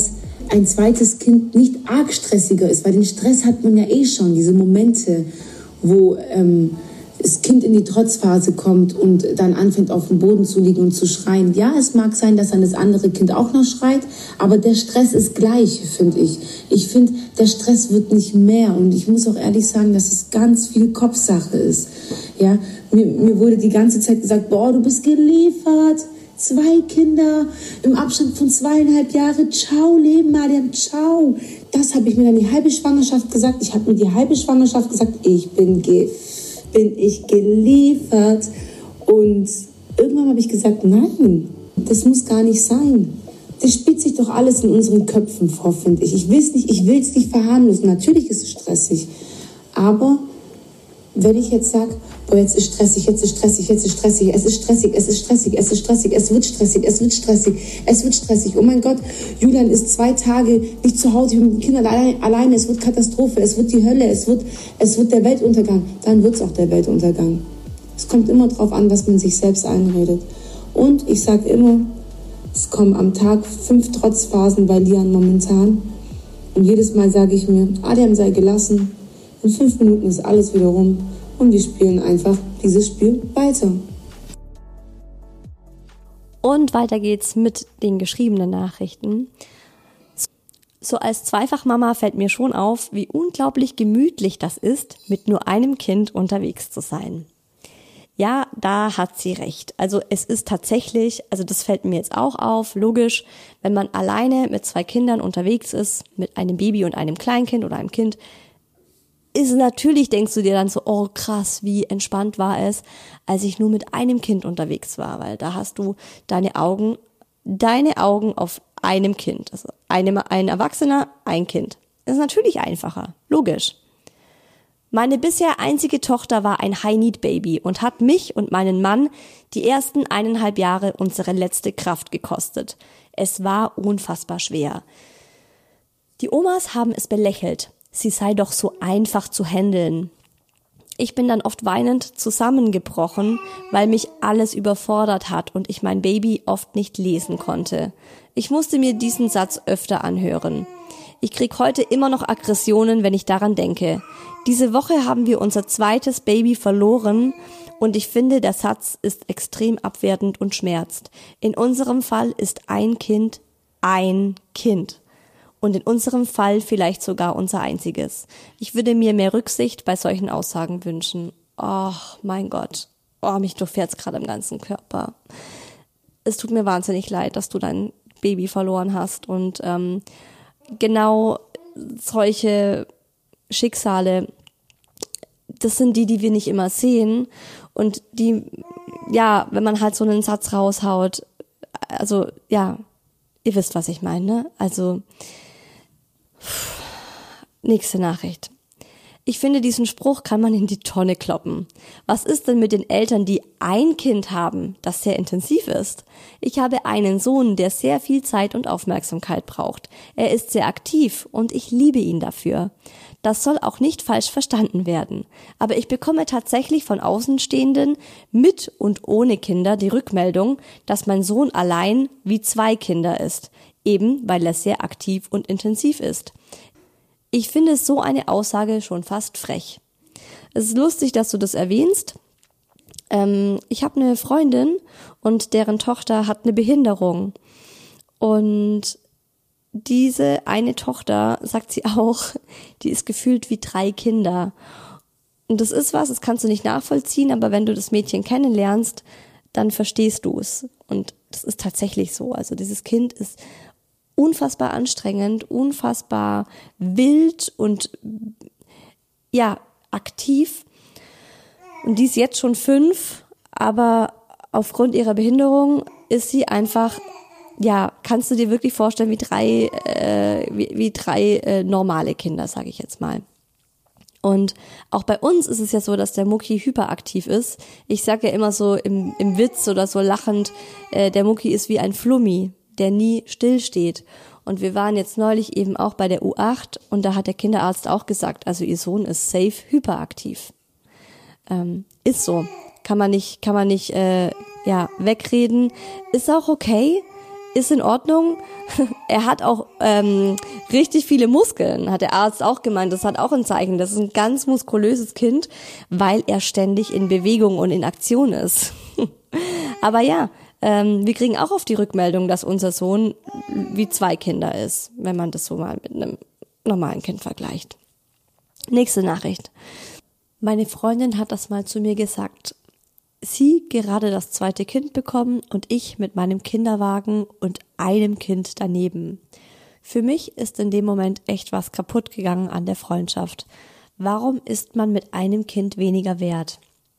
ein zweites Kind nicht arg stressiger ist, weil den Stress hat man ja eh schon, diese Momente, wo ähm, das Kind in die Trotzphase kommt und dann anfängt auf dem Boden zu liegen und zu schreien. Ja, es mag sein, dass dann das andere Kind auch noch schreit, aber der Stress ist gleich, finde ich. Ich finde, der Stress wird nicht mehr und ich muss auch ehrlich sagen, dass es ganz viel Kopfsache ist. Ja, mir, mir wurde die ganze Zeit gesagt, boah, du bist geliefert. Zwei Kinder im Abstand von zweieinhalb Jahren. Ciao, Leben, Mariam, ciao. Das habe ich mir dann die halbe Schwangerschaft gesagt. Ich habe mir die halbe Schwangerschaft gesagt, ich bin, ge bin ich geliefert. Und irgendwann habe ich gesagt, nein, das muss gar nicht sein. Das spielt sich doch alles in unseren Köpfen vor, finde ich. Ich will es nicht, ich will es nicht verharmlosen. Natürlich ist es stressig. Aber wenn ich jetzt sage, boah, jetzt ist stressig, jetzt ist stressig, jetzt ist stressig, es ist stressig, es ist stressig, es ist stressig, es wird stressig, es wird stressig, es wird stressig. Oh mein Gott, Julian ist zwei Tage nicht zu Hause, ich bin mit den Kindern allein, alleine, es wird Katastrophe, es wird die Hölle, es wird, es wird der Weltuntergang. Dann wird es auch der Weltuntergang. Es kommt immer darauf an, was man sich selbst einredet. Und ich sage immer, es kommen am Tag fünf Trotzphasen bei Lian momentan. Und jedes Mal sage ich mir, Adam, sei gelassen. In fünf Minuten ist alles wieder rum und wir spielen einfach dieses Spiel weiter. Und weiter geht's mit den geschriebenen Nachrichten. So als Zweifachmama fällt mir schon auf, wie unglaublich gemütlich das ist, mit nur einem Kind unterwegs zu sein. Ja, da hat sie recht. Also es ist tatsächlich, also das fällt mir jetzt auch auf, logisch, wenn man alleine mit zwei Kindern unterwegs ist, mit einem Baby und einem Kleinkind oder einem Kind, ist natürlich, denkst du dir dann so, oh krass, wie entspannt war es, als ich nur mit einem Kind unterwegs war, weil da hast du deine Augen, deine Augen auf einem Kind, also einem, ein Erwachsener, ein Kind. Das ist natürlich einfacher, logisch. Meine bisher einzige Tochter war ein High-Need-Baby und hat mich und meinen Mann die ersten eineinhalb Jahre unsere letzte Kraft gekostet. Es war unfassbar schwer. Die Omas haben es belächelt. Sie sei doch so einfach zu handeln. Ich bin dann oft weinend zusammengebrochen, weil mich alles überfordert hat und ich mein Baby oft nicht lesen konnte. Ich musste mir diesen Satz öfter anhören. Ich krieg heute immer noch Aggressionen, wenn ich daran denke. Diese Woche haben wir unser zweites Baby verloren und ich finde, der Satz ist extrem abwertend und schmerzt. In unserem Fall ist ein Kind ein Kind. Und in unserem Fall vielleicht sogar unser einziges. Ich würde mir mehr Rücksicht bei solchen Aussagen wünschen. Oh, mein Gott. Oh, mich durchfährt's gerade im ganzen Körper. Es tut mir wahnsinnig leid, dass du dein Baby verloren hast. Und ähm, genau solche Schicksale, das sind die, die wir nicht immer sehen. Und die, ja, wenn man halt so einen Satz raushaut, also, ja, ihr wisst, was ich meine, ne? Also, nächste Nachricht. Ich finde, diesen Spruch kann man in die Tonne kloppen. Was ist denn mit den Eltern, die ein Kind haben, das sehr intensiv ist? Ich habe einen Sohn, der sehr viel Zeit und Aufmerksamkeit braucht. Er ist sehr aktiv und ich liebe ihn dafür. Das soll auch nicht falsch verstanden werden. Aber ich bekomme tatsächlich von Außenstehenden mit und ohne Kinder die Rückmeldung, dass mein Sohn allein wie zwei Kinder ist. Eben weil er sehr aktiv und intensiv ist. Ich finde so eine Aussage schon fast frech. Es ist lustig, dass du das erwähnst. Ähm, ich habe eine Freundin und deren Tochter hat eine Behinderung. Und diese eine Tochter, sagt sie auch, die ist gefühlt wie drei Kinder. Und das ist was, das kannst du nicht nachvollziehen, aber wenn du das Mädchen kennenlernst, dann verstehst du es. Und das ist tatsächlich so. Also dieses Kind ist unfassbar anstrengend, unfassbar wild und ja, aktiv. Und die ist jetzt schon fünf, aber aufgrund ihrer Behinderung ist sie einfach, ja, kannst du dir wirklich vorstellen, wie drei, äh, wie, wie drei äh, normale Kinder, sage ich jetzt mal. Und auch bei uns ist es ja so, dass der Mucki hyperaktiv ist. Ich sage ja immer so im, im Witz oder so lachend, äh, der Mucki ist wie ein Flummi, der nie stillsteht. Und wir waren jetzt neulich eben auch bei der U acht und da hat der Kinderarzt auch gesagt, also ihr Sohn ist safe hyperaktiv. Ähm, ist so. Kann man nicht, kann man nicht äh, ja wegreden. Ist auch okay, ist in Ordnung. er hat auch ähm, richtig viele Muskeln, hat der Arzt auch gemeint. Das hat auch ein Zeichen. Das ist ein ganz muskulöses Kind, weil er ständig in Bewegung und in Aktion ist. Aber ja, ähm, wir kriegen auch auf die Rückmeldung, dass unser Sohn wie zwei Kinder ist, wenn man das so mal mit einem normalen Kind vergleicht. Nächste Nachricht. Meine Freundin hat das mal zu mir gesagt. Sie gerade das zweite Kind bekommen und ich mit meinem Kinderwagen und einem Kind daneben. Für mich ist in dem Moment echt was kaputt gegangen an der Freundschaft. Warum ist man mit einem Kind weniger wert?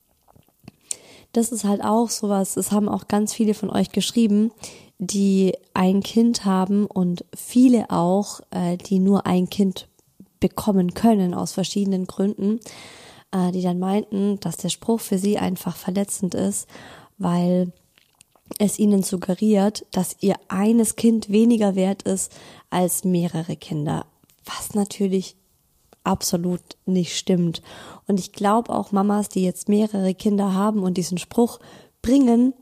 Das ist halt auch sowas, es haben auch ganz viele von euch geschrieben, die ein Kind haben und viele auch, äh, die nur ein Kind bekommen können aus verschiedenen Gründen, die dann meinten, dass der Spruch für sie einfach verletzend ist, weil es ihnen suggeriert, dass ihr eines Kind weniger wert ist als mehrere Kinder, was natürlich absolut nicht stimmt. Und ich glaube auch Mamas, die jetzt mehrere Kinder haben und diesen Spruch bringen,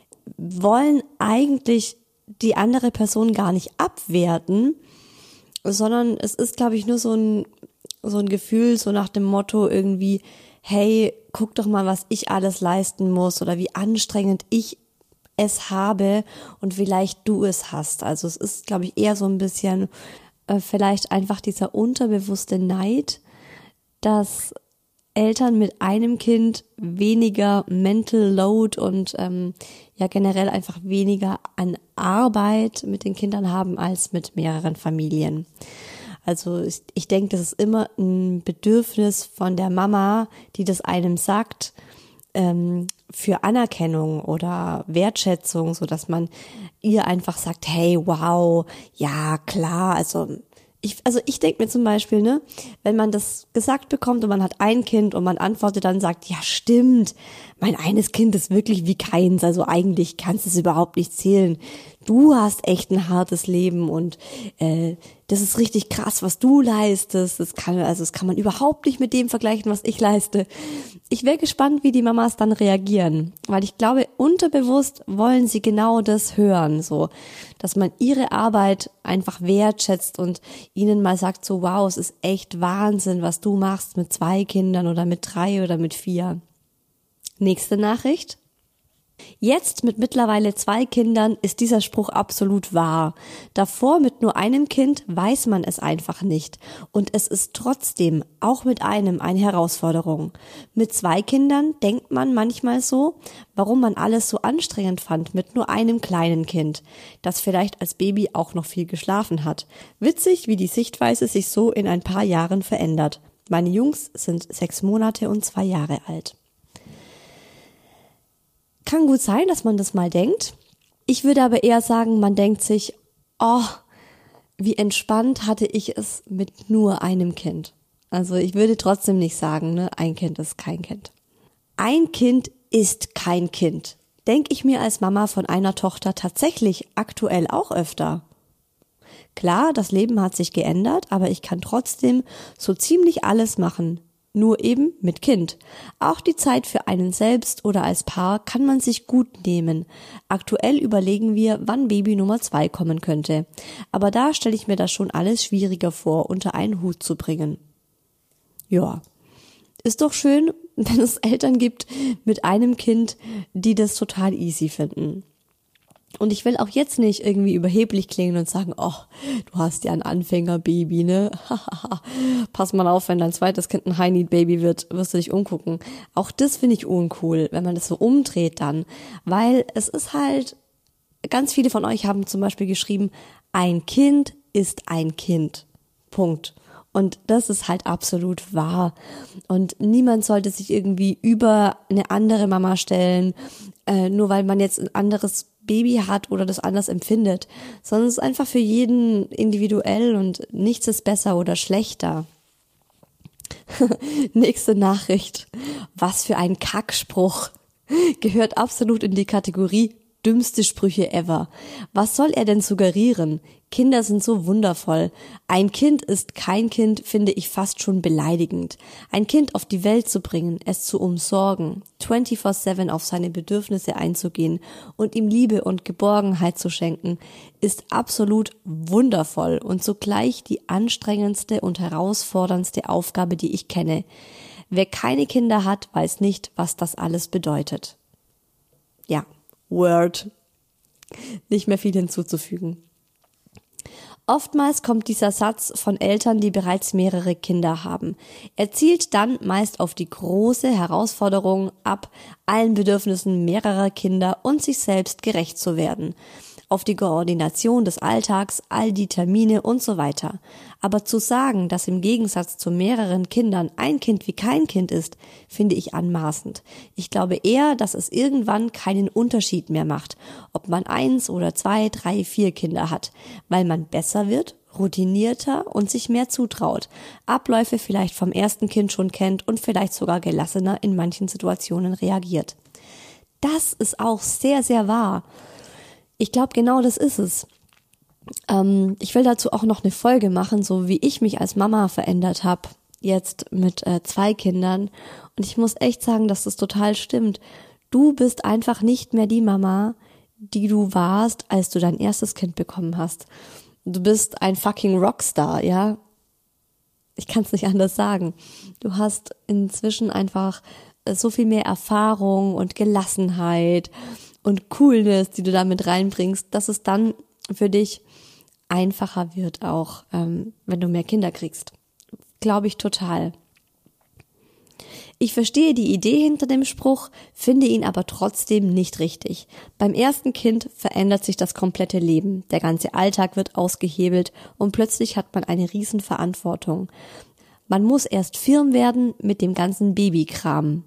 wollen eigentlich die andere Person gar nicht abwerten, sondern es ist, glaube ich, nur so ein so ein Gefühl, so nach dem Motto irgendwie, hey, guck doch mal, was ich alles leisten muss oder wie anstrengend ich es habe und wie leicht du es hast. Also es ist, glaube ich, eher so ein bisschen äh, vielleicht einfach dieser unterbewusste Neid, dass Eltern mit einem Kind weniger Mental Load und ähm, ja generell einfach weniger an Arbeit mit den Kindern haben als mit mehreren Familien. Also ich, ich denke, das ist immer ein Bedürfnis von der Mama, die das einem sagt, ähm, für Anerkennung oder Wertschätzung, so dass man ihr einfach sagt, hey, wow, ja, klar, also ich, also ich denke mir zum Beispiel, ne, wenn man das gesagt bekommt und man hat ein Kind und man antwortet dann sagt, ja, stimmt, mein eines Kind ist wirklich wie keins, also eigentlich kannst du es überhaupt nicht zählen. Du hast echt ein hartes Leben und äh, das ist richtig krass, was du leistest. Das kann, also das kann man überhaupt nicht mit dem vergleichen, was ich leiste. Ich wäre gespannt, wie die Mamas dann reagieren, weil ich glaube, unterbewusst wollen sie genau das hören, so, dass man ihre Arbeit einfach wertschätzt und ihnen mal sagt, so, wow, es ist echt Wahnsinn, was du machst mit zwei Kindern oder mit drei oder mit vier. Nächste Nachricht. Jetzt mit mittlerweile zwei Kindern ist dieser Spruch absolut wahr. Davor mit nur einem Kind weiß man es einfach nicht. Und es ist trotzdem, auch mit einem, eine Herausforderung. Mit zwei Kindern denkt man manchmal so, warum man alles so anstrengend fand mit nur einem kleinen Kind, das vielleicht als Baby auch noch viel geschlafen hat. Witzig, wie die Sichtweise sich so in ein paar Jahren verändert. Meine Jungs sind sechs Monate und zwei Jahre alt. Kann gut sein, dass man das mal denkt. Ich würde aber eher sagen, man denkt sich, oh, wie entspannt hatte ich es mit nur einem Kind. Also ich würde trotzdem nicht sagen, ne, ein Kind ist kein Kind. Ein Kind ist kein Kind. Denke ich mir als Mama von einer Tochter tatsächlich aktuell auch öfter. Klar, das Leben hat sich geändert, aber ich kann trotzdem so ziemlich alles machen. Nur eben mit Kind. Auch die Zeit für einen selbst oder als Paar kann man sich gut nehmen. Aktuell überlegen wir, wann Baby Nummer zwei kommen könnte. Aber da stelle ich mir das schon alles schwieriger vor, unter einen Hut zu bringen. Ja, ist doch schön, wenn es Eltern gibt mit einem Kind, die das total easy finden. Und ich will auch jetzt nicht irgendwie überheblich klingen und sagen, oh, du hast ja ein Anfängerbaby, ne? Pass mal auf, wenn dein zweites Kind ein High-Need-Baby wird, wirst du dich umgucken. Auch das finde ich uncool, wenn man das so umdreht dann. Weil es ist halt, ganz viele von euch haben zum Beispiel geschrieben, ein Kind ist ein Kind. Punkt. Und das ist halt absolut wahr. Und niemand sollte sich irgendwie über eine andere Mama stellen, äh, nur weil man jetzt ein anderes Baby hat oder das anders empfindet, sondern es ist einfach für jeden individuell und nichts ist besser oder schlechter. Nächste Nachricht. Was für ein Kackspruch. Gehört absolut in die Kategorie dümmste Sprüche ever. Was soll er denn suggerieren? Kinder sind so wundervoll. Ein Kind ist kein Kind, finde ich fast schon beleidigend. Ein Kind auf die Welt zu bringen, es zu umsorgen, vierundzwanzig sieben auf seine Bedürfnisse einzugehen und ihm Liebe und Geborgenheit zu schenken, ist absolut wundervoll und zugleich die anstrengendste und herausforderndste Aufgabe, die ich kenne. Wer keine Kinder hat, weiß nicht, was das alles bedeutet. Ja. Word. Nicht mehr viel hinzuzufügen. Oftmals kommt dieser Satz von Eltern, die bereits mehrere Kinder haben. Er zielt dann meist auf die große Herausforderung ab, allen Bedürfnissen mehrerer Kinder und sich selbst gerecht zu werden. Auf die Koordination des Alltags, all die Termine und so weiter. Aber zu sagen, dass im Gegensatz zu mehreren Kindern ein Kind wie kein Kind ist, finde ich anmaßend. Ich glaube eher, dass es irgendwann keinen Unterschied mehr macht, ob man eins oder zwei, drei, vier Kinder hat, weil man besser wird, routinierter und sich mehr zutraut, Abläufe vielleicht vom ersten Kind schon kennt und vielleicht sogar gelassener in manchen Situationen reagiert. Das ist auch sehr, sehr wahr. Ich glaube, genau das ist es. Ähm, ich will dazu auch noch eine Folge machen, so wie ich mich als Mama verändert habe, jetzt mit äh, zwei Kindern. Und ich muss echt sagen, dass das total stimmt. Du bist einfach nicht mehr die Mama, die du warst, als du dein erstes Kind bekommen hast. Du bist ein fucking Rockstar, ja. Ich kann es nicht anders sagen. Du hast inzwischen einfach so viel mehr Erfahrung und Gelassenheit und Coolness, die du damit reinbringst, dass es dann für dich einfacher wird, auch ähm, wenn du mehr Kinder kriegst. Glaube ich total. Ich verstehe die Idee hinter dem Spruch, finde ihn aber trotzdem nicht richtig. Beim ersten Kind verändert sich das komplette Leben, der ganze Alltag wird ausgehebelt und plötzlich hat man eine Riesenverantwortung. Man muss erst firm werden mit dem ganzen Babykram.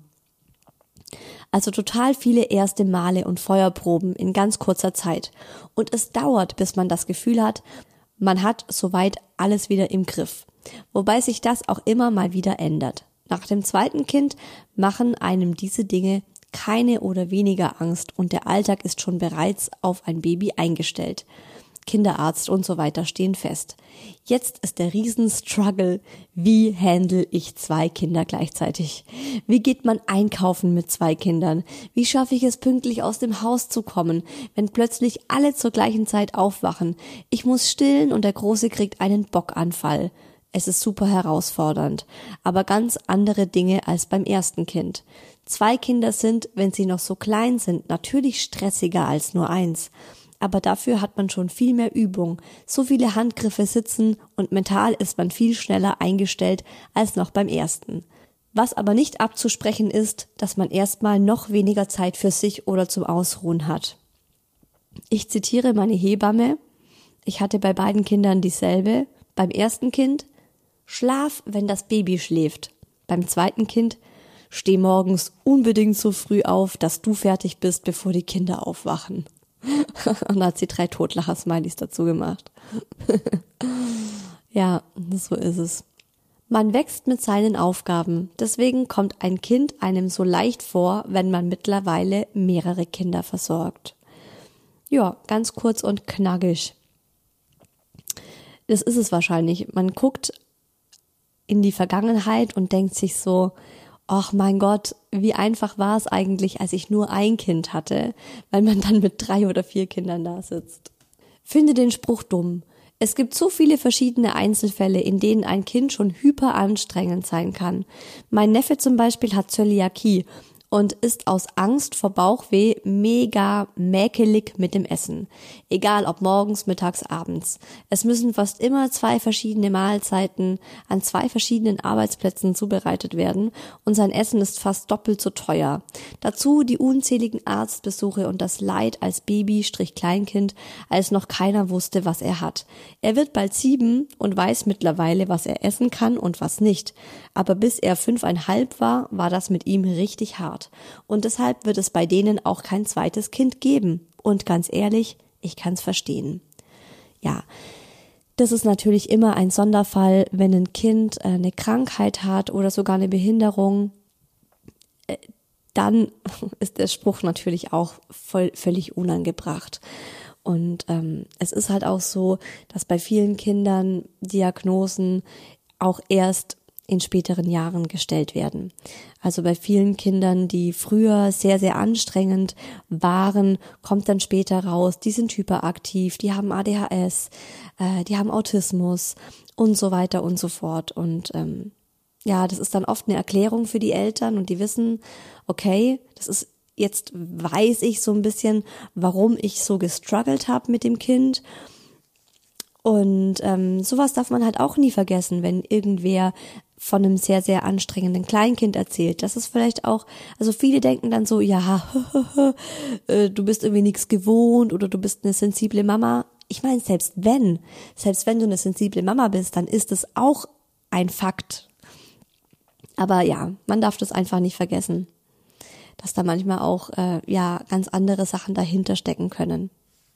Also total viele erste Male und Feuerproben in ganz kurzer Zeit. Und es dauert, bis man das Gefühl hat, man hat soweit alles wieder im Griff. Wobei sich das auch immer mal wieder ändert. Nach dem zweiten Kind machen einem diese Dinge keine oder weniger Angst und der Alltag ist schon bereits auf ein Baby eingestellt. Kinderarzt und so weiter stehen fest. Jetzt ist der Riesenstruggle, wie handle ich zwei Kinder gleichzeitig? Wie geht man einkaufen mit zwei Kindern? Wie schaffe ich es pünktlich aus dem Haus zu kommen, wenn plötzlich alle zur gleichen Zeit aufwachen? Ich muss stillen und der Große kriegt einen Bockanfall. Es ist super herausfordernd, aber ganz andere Dinge als beim ersten Kind. Zwei Kinder sind, wenn sie noch so klein sind, natürlich stressiger als nur eins. Aber dafür hat man schon viel mehr Übung. So viele Handgriffe sitzen und mental ist man viel schneller eingestellt als noch beim ersten. Was aber nicht abzusprechen ist, dass man erstmal noch weniger Zeit für sich oder zum Ausruhen hat. Ich zitiere meine Hebamme. Ich hatte bei beiden Kindern dieselbe. Beim ersten Kind: Schlaf, wenn das Baby schläft. Beim zweiten Kind: Steh morgens unbedingt so früh auf, dass du fertig bist, bevor die Kinder aufwachen. Und da hat sie drei Totlacher-Smileys dazu gemacht. Ja, so ist es. Man wächst mit seinen Aufgaben. Deswegen kommt ein Kind einem so leicht vor, wenn man mittlerweile mehrere Kinder versorgt. Ja, ganz kurz und knackig. Das ist es wahrscheinlich. Man guckt in die Vergangenheit und denkt sich so: Ach mein Gott, wie einfach war es eigentlich, als ich nur ein Kind hatte, weil man dann mit drei oder vier Kindern da sitzt. Finde den Spruch dumm. Es gibt so viele verschiedene Einzelfälle, in denen ein Kind schon hyperanstrengend sein kann. Mein Neffe zum Beispiel hat Zöliakie und ist aus Angst vor Bauchweh mega mäkelig mit dem Essen. Egal ob morgens, mittags, abends. Es müssen fast immer zwei verschiedene Mahlzeiten an zwei verschiedenen Arbeitsplätzen zubereitet werden und sein Essen ist fast doppelt so teuer. Dazu die unzähligen Arztbesuche und das Leid als Baby-Kleinkind, als noch keiner wusste, was er hat. Er wird bald sieben und weiß mittlerweile, was er essen kann und was nicht. Aber bis er fünfeinhalb war, war das mit ihm richtig hart. Und deshalb wird es bei denen auch kein zweites Kind geben. Und ganz ehrlich, ich kann's verstehen. Ja, das ist natürlich immer ein Sonderfall, wenn ein Kind eine Krankheit hat oder sogar eine Behinderung. dann ist der Spruch natürlich auch voll, völlig unangebracht. Und ähm, es ist halt auch so, dass bei vielen Kindern Diagnosen auch erst in späteren Jahren gestellt werden. Also bei vielen Kindern, die früher sehr, sehr anstrengend waren, kommt dann später raus, die sind hyperaktiv, die haben A D H S, äh, die haben Autismus und so weiter und so fort. Und ähm, ja, das ist dann oft eine Erklärung für die Eltern und die wissen, okay, das ist jetzt weiß ich so ein bisschen, warum ich so gestruggelt habe mit dem Kind. Und ähm, sowas darf man halt auch nie vergessen, wenn irgendwer von einem sehr, sehr anstrengenden Kleinkind erzählt. Das ist vielleicht auch, also viele denken dann so, ja, du bist irgendwie nichts gewohnt oder du bist eine sensible Mama. Ich meine, selbst wenn, selbst wenn du eine sensible Mama bist, dann ist es auch ein Fakt. Aber ja, man darf das einfach nicht vergessen, dass da manchmal auch äh, ja ganz andere Sachen dahinter stecken können.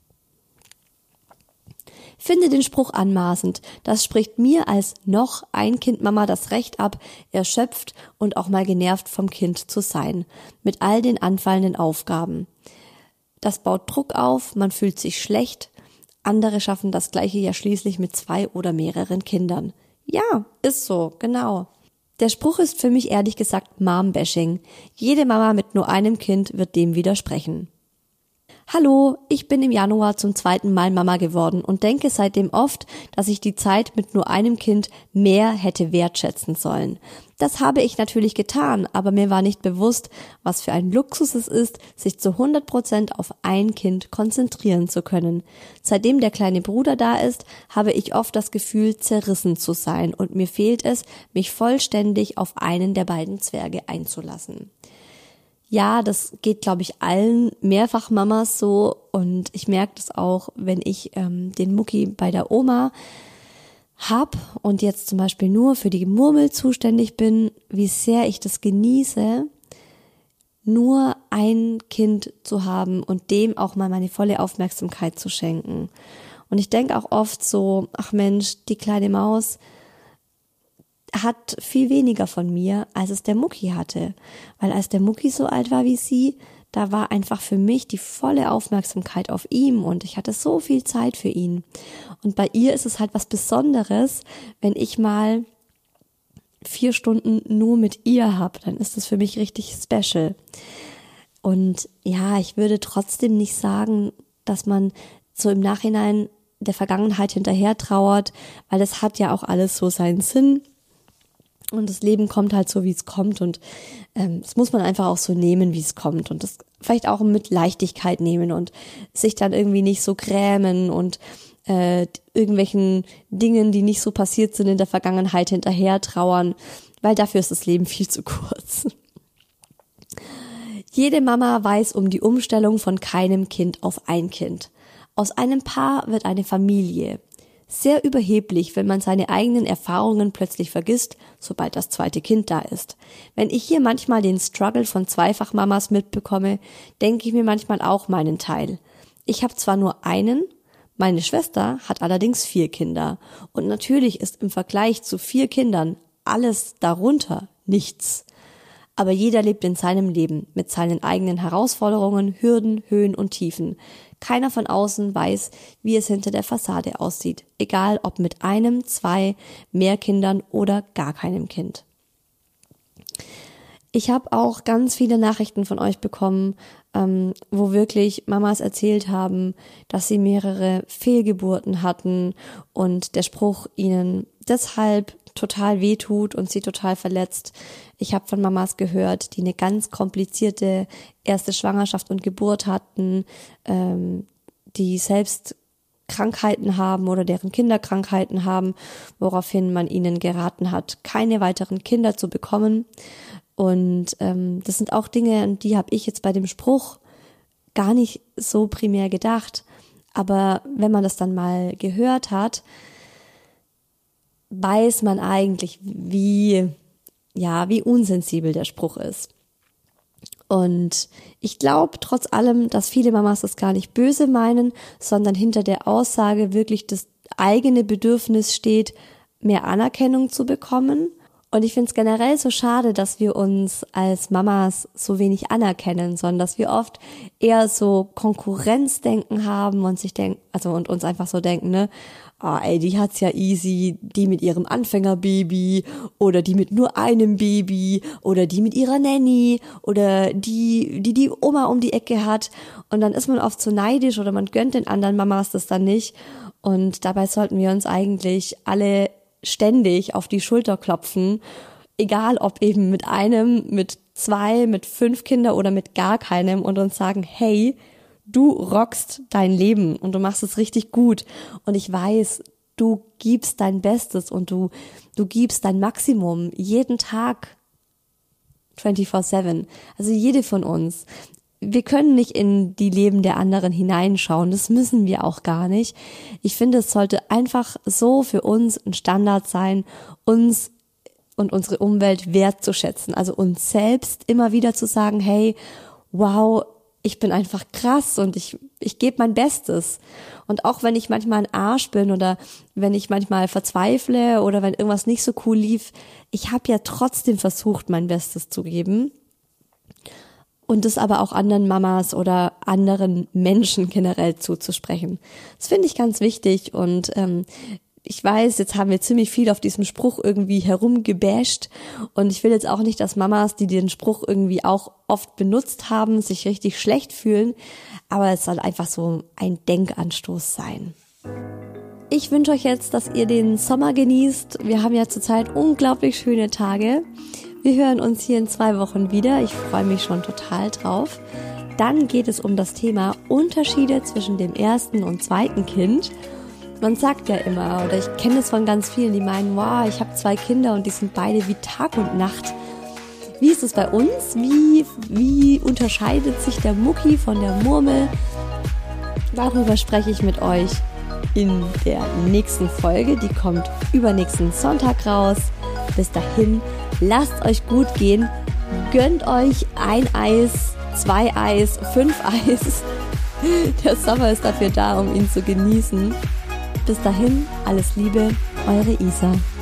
Finde den Spruch anmaßend. Das spricht mir als noch Ein-Kind-Mama das Recht ab, erschöpft und auch mal genervt vom Kind zu sein, mit all den anfallenden Aufgaben. Das baut Druck auf, man fühlt sich schlecht. Andere schaffen das Gleiche ja schließlich mit zwei oder mehreren Kindern. Ja, ist so, genau. Der Spruch ist für mich ehrlich gesagt Mom-Bashing. Jede Mama mit nur einem Kind wird dem widersprechen. Hallo, ich bin im Januar zum zweiten Mal Mama geworden und denke seitdem oft, dass ich die Zeit mit nur einem Kind mehr hätte wertschätzen sollen. Das habe ich natürlich getan, aber mir war nicht bewusst, was für ein Luxus es ist, sich zu hundert Prozent auf ein Kind konzentrieren zu können. Seitdem der kleine Bruder da ist, habe ich oft das Gefühl, zerrissen zu sein und mir fehlt es, mich vollständig auf einen der beiden Zwerge einzulassen. Ja, das geht, glaube ich, allen Mehrfachmamas so und ich merke das auch, wenn ich ähm, den Mucki bei der Oma hab und jetzt zum Beispiel nur für die Murmel zuständig bin, wie sehr ich das genieße, nur ein Kind zu haben und dem auch mal meine volle Aufmerksamkeit zu schenken. Und ich denke auch oft so, ach Mensch, die kleine Maus hat viel weniger von mir, als es der Mucki hatte. Weil als der Mucki so alt war wie sie, da war einfach für mich die volle Aufmerksamkeit auf ihm und ich hatte so viel Zeit für ihn. Und bei ihr ist es halt was Besonderes, wenn ich mal vier Stunden nur mit ihr habe, dann ist das für mich richtig special. Und ja, ich würde trotzdem nicht sagen, dass man so im Nachhinein der Vergangenheit hinterher trauert, weil das hat ja auch alles so seinen Sinn. Und das Leben kommt halt so, wie es kommt und ähm, das muss man einfach auch so nehmen, wie es kommt und das vielleicht auch mit Leichtigkeit nehmen und sich dann irgendwie nicht so grämen und äh, irgendwelchen Dingen, die nicht so passiert sind in der Vergangenheit, hinterher trauern, weil dafür ist das Leben viel zu kurz. Jede Mama weiß um die Umstellung von keinem Kind auf ein Kind. Aus einem Paar wird eine Familie. Sehr überheblich, wenn man seine eigenen Erfahrungen plötzlich vergisst, sobald das zweite Kind da ist. Wenn ich hier manchmal den Struggle von Zweifachmamas mitbekomme, denke ich mir manchmal auch meinen Teil. Ich habe zwar nur einen, meine Schwester hat allerdings vier Kinder. Und natürlich ist im Vergleich zu vier Kindern alles darunter nichts. Aber jeder lebt in seinem Leben mit seinen eigenen Herausforderungen, Hürden, Höhen und Tiefen. Keiner von außen weiß, wie es hinter der Fassade aussieht, egal ob mit einem, zwei, mehr Kindern oder gar keinem Kind. Ich habe auch ganz viele Nachrichten von euch bekommen, ähm, wo wirklich Mamas erzählt haben, dass sie mehrere Fehlgeburten hatten und der Spruch ihnen deshalb total wehtut und sie total verletzt. Ich habe von Mamas gehört, die eine ganz komplizierte erste Schwangerschaft und Geburt hatten, ähm, die selbst Krankheiten haben oder deren Kinder Krankheiten haben, woraufhin man ihnen geraten hat, keine weiteren Kinder zu bekommen. Und ähm, das sind auch Dinge, an die habe ich jetzt bei dem Spruch gar nicht so primär gedacht. Aber wenn man das dann mal gehört hat, weiß man eigentlich, wie, ja, wie unsensibel der Spruch ist. Und ich glaube trotz allem, dass viele Mamas das gar nicht böse meinen, sondern hinter der Aussage wirklich das eigene Bedürfnis steht, mehr Anerkennung zu bekommen Und ich finde es generell so schade, dass wir uns als Mamas so wenig anerkennen, sondern dass wir oft eher so Konkurrenzdenken haben und sich denken, also und uns einfach so denken, ne, ah, ey, die hat's ja easy, die mit ihrem Anfängerbaby oder die mit nur einem Baby oder die mit ihrer Nanny oder die, die die Oma um die Ecke hat. Und dann ist man oft so neidisch oder man gönnt den anderen Mamas das dann nicht. Und dabei sollten wir uns eigentlich alle ständig auf die Schulter klopfen, egal ob eben mit einem, mit zwei, mit fünf Kindern oder mit gar keinem und uns sagen, hey, du rockst dein Leben und du machst es richtig gut und ich weiß, du gibst dein Bestes und du du gibst dein Maximum jeden Tag vierundzwanzig sieben. Also jede von uns. Wir können nicht in die Leben der anderen hineinschauen, das müssen wir auch gar nicht. Ich finde, es sollte einfach so für uns ein Standard sein, uns und unsere Umwelt wertzuschätzen. Also uns selbst immer wieder zu sagen, hey, wow, ich bin einfach krass und ich ich gebe mein Bestes. Und auch wenn ich manchmal ein Arsch bin oder wenn ich manchmal verzweifle oder wenn irgendwas nicht so cool lief, ich habe ja trotzdem versucht, mein Bestes zu geben. Und das aber auch anderen Mamas oder anderen Menschen generell zuzusprechen. Das finde ich ganz wichtig und ähm, ich weiß, jetzt haben wir ziemlich viel auf diesem Spruch irgendwie herumgebasht und ich will jetzt auch nicht, dass Mamas, die den Spruch irgendwie auch oft benutzt haben, sich richtig schlecht fühlen, aber es soll einfach so ein Denkanstoß sein. Ich wünsche euch jetzt, dass ihr den Sommer genießt. Wir haben ja zurzeit unglaublich schöne Tage. Wir hören uns hier in zwei Wochen wieder. Ich freue mich schon total drauf. Dann geht es um das Thema Unterschiede zwischen dem ersten und zweiten Kind. Man sagt ja immer, oder ich kenne es von ganz vielen, die meinen, wow, ich habe zwei Kinder und die sind beide wie Tag und Nacht. Wie ist es bei uns? Wie, wie unterscheidet sich der Mucki von der Murmel? Darüber spreche ich mit euch in der nächsten Folge. Die kommt übernächsten Sonntag raus. Bis dahin, lasst euch gut gehen. Gönnt euch ein Eis, zwei Eis, fünf Eis. Der Sommer ist dafür da, um ihn zu genießen. Bis dahin, alles Liebe, eure Isa.